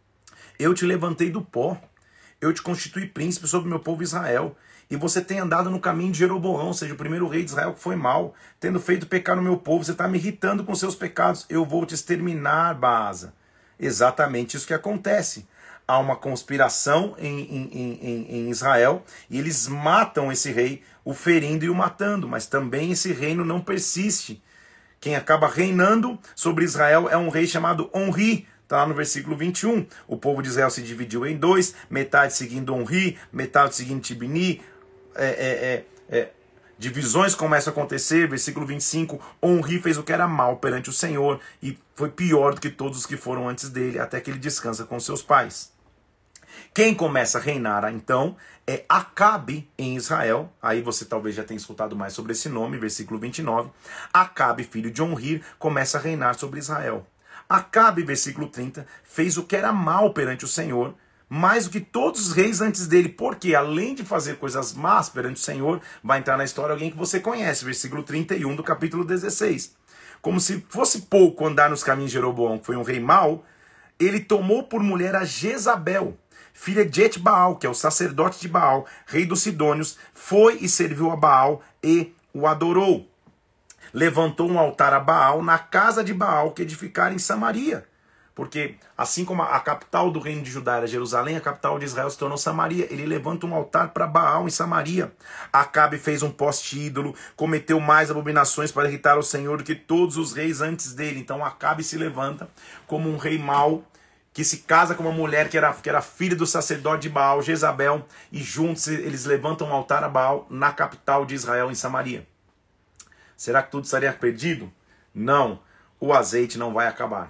eu te levantei do pó, eu te constituí príncipe sobre o meu povo Israel, e você tem andado no caminho de Jeroboão, ou seja, o primeiro rei de Israel que foi mal, tendo feito pecar no meu povo, você está me irritando com seus pecados, eu vou te exterminar, Baasa. Exatamente isso que acontece. Há uma conspiração em, em, em, em Israel, e eles matam esse rei, o ferindo e o matando, mas também esse reino não persiste. Quem acaba reinando sobre Israel é um rei chamado Onri, está lá no versículo vinte e um. O povo de Israel se dividiu em dois, metade seguindo Onri, metade seguindo Tibni. É, é, é, é, divisões começam a acontecer, versículo vinte e cinco. Onri fez o que era mal perante o Senhor e foi pior do que todos os que foram antes dele, até que ele descansa com seus pais. Quem começa a reinar, então, é Acabe em Israel. Aí você talvez já tenha escutado mais sobre esse nome, versículo vinte e nove. Acabe, filho de Onri, começa a reinar sobre Israel. Acabe, versículo trinta, fez o que era mal perante o Senhor, mais do que todos os reis antes dele, porque além de fazer coisas más perante o Senhor, vai entrar na história alguém que você conhece, versículo trinta e um do capítulo dezesseis. Como se fosse pouco andar nos caminhos de Jeroboão, que foi um rei mau, ele tomou por mulher a Jezabel, filha de Etbaal, que é o sacerdote de Baal, rei dos Sidônios, foi e serviu a Baal e o adorou. Levantou um altar a Baal na casa de Baal que edificaram em Samaria. Porque assim como a capital do reino de Judá era Jerusalém, a capital de Israel se tornou Samaria. Ele levanta um altar para Baal em Samaria. Acabe fez um poste ídolo, cometeu mais abominações para irritar o Senhor do que todos os reis antes dele. Então Acabe se levanta como um rei mau, que se casa com uma mulher que era, que era filha do sacerdote de Baal, Jezabel, e juntos eles levantam um altar a Baal na capital de Israel, em Samaria. Será que tudo estaria perdido? Não, o azeite não vai acabar.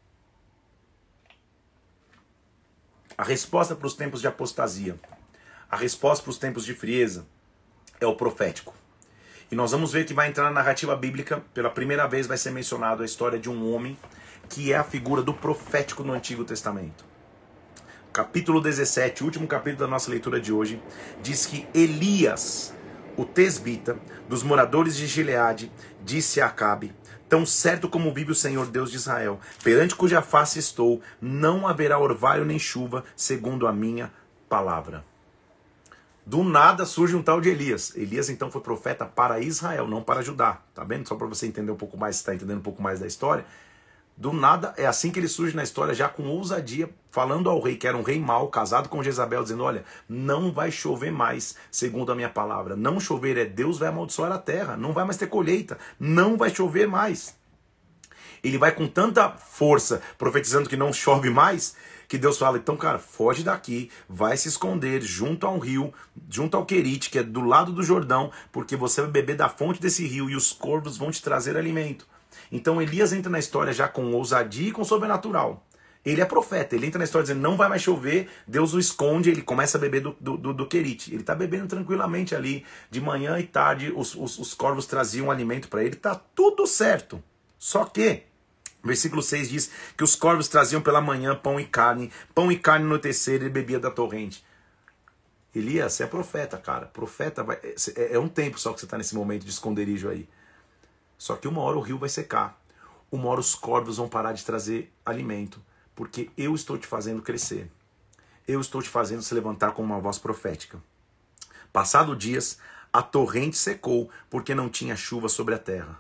A resposta para os tempos de apostasia, a resposta para os tempos de frieza é o profético. E nós vamos ver que vai entrar na narrativa bíblica, pela primeira vez vai ser mencionado a história de um homem que é a figura do profético no Antigo Testamento. Capítulo dezessete, último capítulo da nossa leitura de hoje, diz que Elias, o tesbita, dos moradores de Gileade, disse a Acabe: tão certo como vive o Senhor Deus de Israel, perante cuja face estou, não haverá orvalho nem chuva, segundo a minha palavra. Do nada surge um tal de Elias. Elias então foi profeta para Israel, não para Judá. Tá vendo? Só para você entender um pouco mais, está entendendo um pouco mais da história. Do nada, é assim que ele surge na história, já com ousadia, falando ao rei, que era um rei mau, casado com Jezabel, dizendo: olha, não vai chover mais, segundo a minha palavra. Não chover é Deus vai amaldiçoar a terra, não vai mais ter colheita, não vai chover mais. Ele vai com tanta força, profetizando que não chove mais, que Deus fala: então, cara, foge daqui, vai se esconder junto a um rio, junto ao Querite, que é do lado do Jordão, porque você vai beber da fonte desse rio e os corvos vão te trazer alimento. Então Elias entra na história já com ousadia e com sobrenatural. Ele é profeta, ele entra na história dizendo: não vai mais chover, Deus o esconde, ele começa a beber do, do, do, do Querite. Ele está bebendo tranquilamente ali, de manhã e tarde, os, os, os corvos traziam alimento para ele, está tudo certo. Só que, versículo seis diz que os corvos traziam pela manhã pão e carne, pão e carne no terceiro, ele bebia da torrente. Elias, você é profeta, cara. Profeta vai, é, é um tempo só que você está nesse momento de esconderijo aí. Só que uma hora o rio vai secar. Uma hora os corvos vão parar de trazer alimento. Porque eu estou te fazendo crescer. Eu estou te fazendo se levantar com uma voz profética. Passado dias, a torrente secou porque não tinha chuva sobre a terra.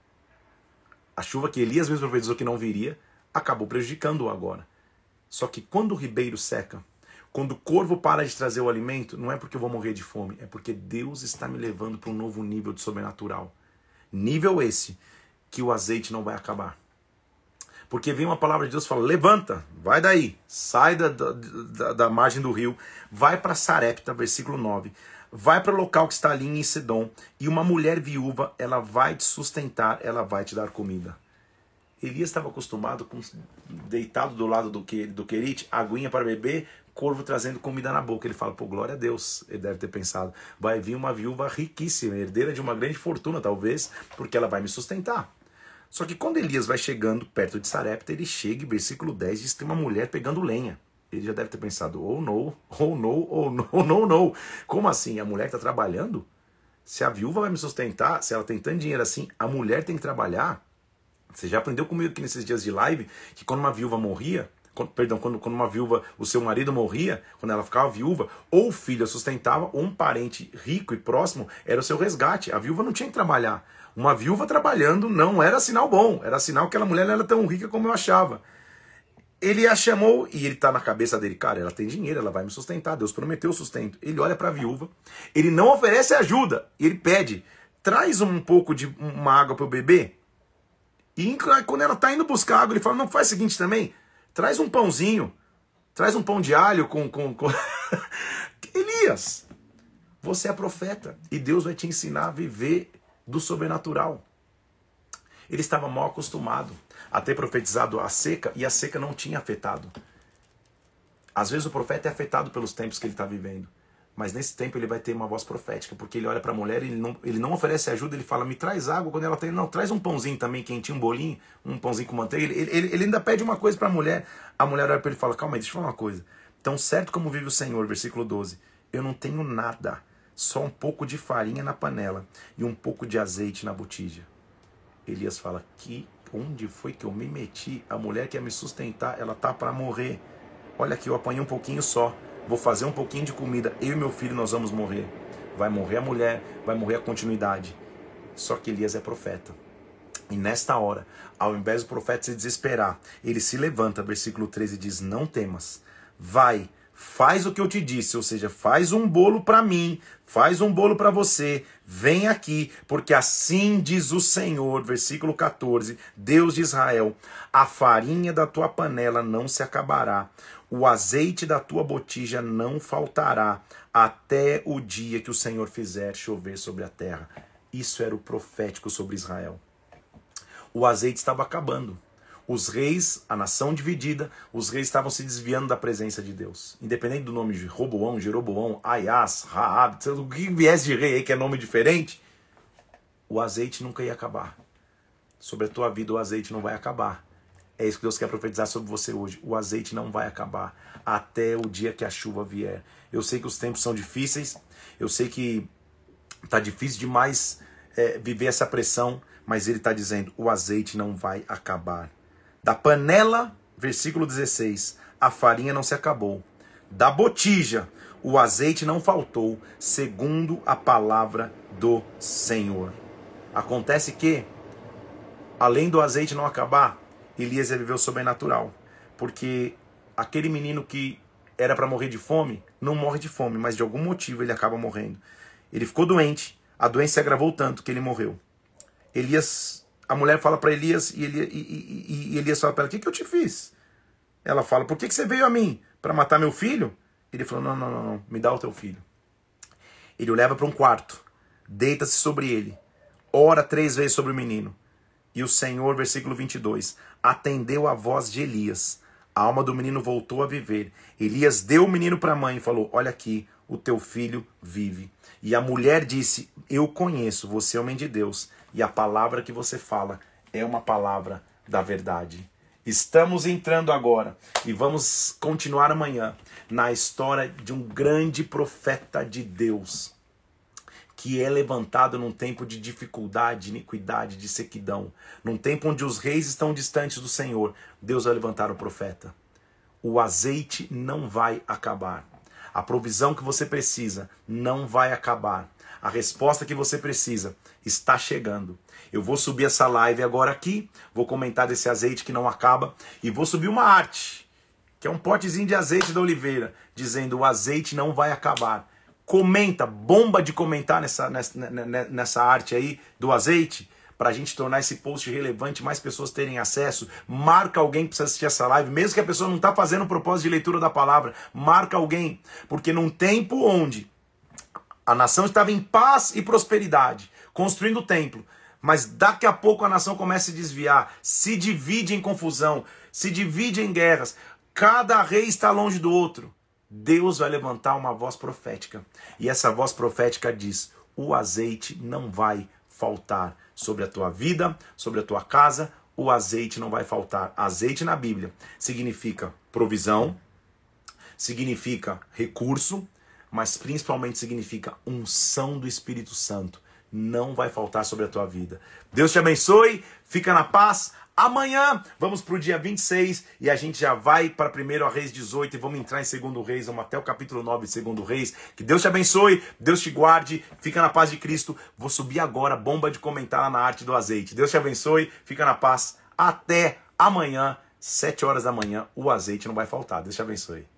A chuva que Elias mesmo profetizou que não viria, acabou prejudicando-o agora. Só que quando o ribeiro seca, Quando o corvo para de trazer o alimento, não é porque eu vou morrer de fome, é porque Deus está me levando para um novo nível de sobrenatural. Nível esse que o azeite não vai acabar. Porque vem uma palavra de Deus e fala, levanta, vai daí, sai da, da, da margem do rio, vai para Sarepta, versículo nove, vai para o local que está ali em Sidom, e uma mulher viúva, ela vai te sustentar, ela vai te dar comida. Elias estava acostumado com deitado do lado do, que, do querite, aguinha para beber, corvo trazendo comida na boca. Ele fala, pô, glória a Deus. Ele deve ter pensado, vai vir uma viúva riquíssima, herdeira de uma grande fortuna, talvez, porque ela vai me sustentar. Só que quando Elias vai chegando perto de Sarepta, ele chega e versículo dez diz que tem uma mulher pegando lenha. Ele já deve ter pensado, oh não, oh não, oh não, oh não, não. Como assim? A mulher está trabalhando? Se a viúva vai me sustentar, se ela tem tanto dinheiro assim, a mulher tem que trabalhar? Você já aprendeu comigo aqui nesses dias de live que quando uma viúva morria, quando, perdão, quando, quando uma viúva, o seu marido morria, quando ela ficava viúva, ou o filho a sustentava, ou um parente rico e próximo era o seu resgate. A viúva não tinha que trabalhar. Uma viúva trabalhando não era sinal bom, era sinal que aquela mulher não era tão rica como eu achava. Ele a chamou e ele está na cabeça dele, cara, ela tem dinheiro, ela vai me sustentar, Deus prometeu o sustento. Ele olha para a viúva, ele não oferece ajuda, ele pede, traz um pouco de uma água para eu beber. E quando ela está indo buscar água, ele fala, não, faz o seguinte também, traz um pãozinho, traz um pão de alho com... com, com... Elias, você é profeta e Deus vai te ensinar a viver do sobrenatural. Ele estava mal acostumado a ter profetizado a seca e a seca não tinha afetado. Às vezes o profeta é afetado pelos tempos que ele está vivendo. Mas nesse tempo ele vai ter uma voz profética, porque ele olha para a mulher e ele não, ele não oferece ajuda, ele fala, me traz água, quando ela tem, não, traz um pãozinho também quentinho, um bolinho, um pãozinho com manteiga. Ele, ele, ele ainda pede uma coisa para a mulher, a mulher olha para ele e fala, calma aí, deixa eu falar uma coisa. Tão certo como vive o Senhor, versículo doze, eu não tenho nada, só um pouco de farinha na panela e um pouco de azeite na botija. Elias fala, que, onde foi que eu me meti? A mulher que ia me sustentar, ela tá para morrer. Olha aqui, eu apanhei um pouquinho só. Vou fazer um pouquinho de comida, eu e meu filho nós vamos morrer. Vai morrer a mulher, vai morrer a continuidade. Só que Elias é profeta. E nesta hora, ao invés do profeta se desesperar, ele se levanta, versículo treze diz, não temas, vai, faz o que eu te disse, ou seja, faz um bolo para mim, faz um bolo para você, vem aqui, porque assim diz o Senhor, versículo quatorze, Deus de Israel, a farinha da tua panela não se acabará, o azeite da tua botija não faltará, até o dia que o Senhor fizer chover sobre a terra. Isso era o profético sobre Israel. O azeite estava acabando. Os reis, a nação dividida, os reis estavam se desviando da presença de Deus. Independente do nome de Roboão, Jeroboão, Aias, Raab, o que viesse de rei aí que é nome diferente, o azeite nunca ia acabar. Sobre a tua vida o azeite não vai acabar. É isso que Deus quer profetizar sobre você hoje. O azeite não vai acabar até o dia que a chuva vier. Eu sei que os tempos são difíceis, eu sei que está difícil demais é, viver essa pressão, mas ele está dizendo, o azeite não vai acabar. Da panela, versículo dezesseis, a farinha não se acabou. Da botija, o azeite não faltou, segundo a palavra do Senhor. Acontece que, além do azeite não acabar, Elias ia viver o sobrenatural. Porque aquele menino que era para morrer de fome, não morre de fome, mas de algum motivo ele acaba morrendo. Ele ficou doente, a doença se agravou tanto que ele morreu. Elias, a mulher fala para Elias e, Elias, e, e, e Elias fala para ela, o que, que eu te fiz? Ela fala, por que, que você veio a mim? Para matar meu filho? Ele falou, não, não, não, não, me dá o teu filho. Ele o leva para um quarto, deita-se sobre ele, ora três vezes sobre o menino. E o Senhor, versículo vinte e dois, atendeu a voz de Elias. A alma do menino voltou a viver. Elias deu o menino para a mãe e falou, olha aqui, o teu filho vive. E a mulher disse, eu conheço, você é homem de Deus. E a palavra que você fala é uma palavra da verdade. Estamos entrando agora e vamos continuar amanhã na história de um grande profeta de Deus, que é levantado num tempo de dificuldade, iniquidade, de sequidão. Num tempo onde os reis estão distantes do Senhor, Deus vai levantar o profeta. O azeite não vai acabar. A provisão que você precisa não vai acabar. A resposta que você precisa está chegando. Eu vou subir essa live agora aqui, vou comentar desse azeite que não acaba, e vou subir uma arte que é um potezinho de azeite da oliveira, dizendo: o azeite não vai acabar. Comenta, bomba de comentar nessa, nessa, nessa arte aí do azeite, para a gente tornar esse post relevante, mais pessoas terem acesso. Marca alguém que precisa assistir essa live, mesmo que a pessoa não está fazendo o propósito de leitura da palavra, marca alguém, porque num tempo onde a nação estava em paz e prosperidade, construindo o templo, mas daqui a pouco a nação começa a se desviar, se divide em confusão, se divide em guerras, cada rei está longe do outro. Deus vai levantar uma voz profética, e essa voz profética diz: o azeite não vai faltar sobre a tua vida, sobre a tua casa, o azeite não vai faltar. Azeite na Bíblia significa provisão, significa recurso, mas principalmente significa unção do Espírito Santo. Não vai faltar sobre a tua vida. Deus te abençoe, fica na paz. Amanhã vamos para o dia vinte e seis e a gente já vai para primeiro Reis dezoito e vamos entrar em segundo Reis, vamos até o capítulo nove de segundo Reis. Que Deus te abençoe, Deus te guarde, fica na paz de Cristo. Vou subir agora, bomba de comentar lá na arte do azeite. Deus te abençoe, fica na paz. Até amanhã, sete horas da manhã, o azeite não vai faltar. Deus te abençoe.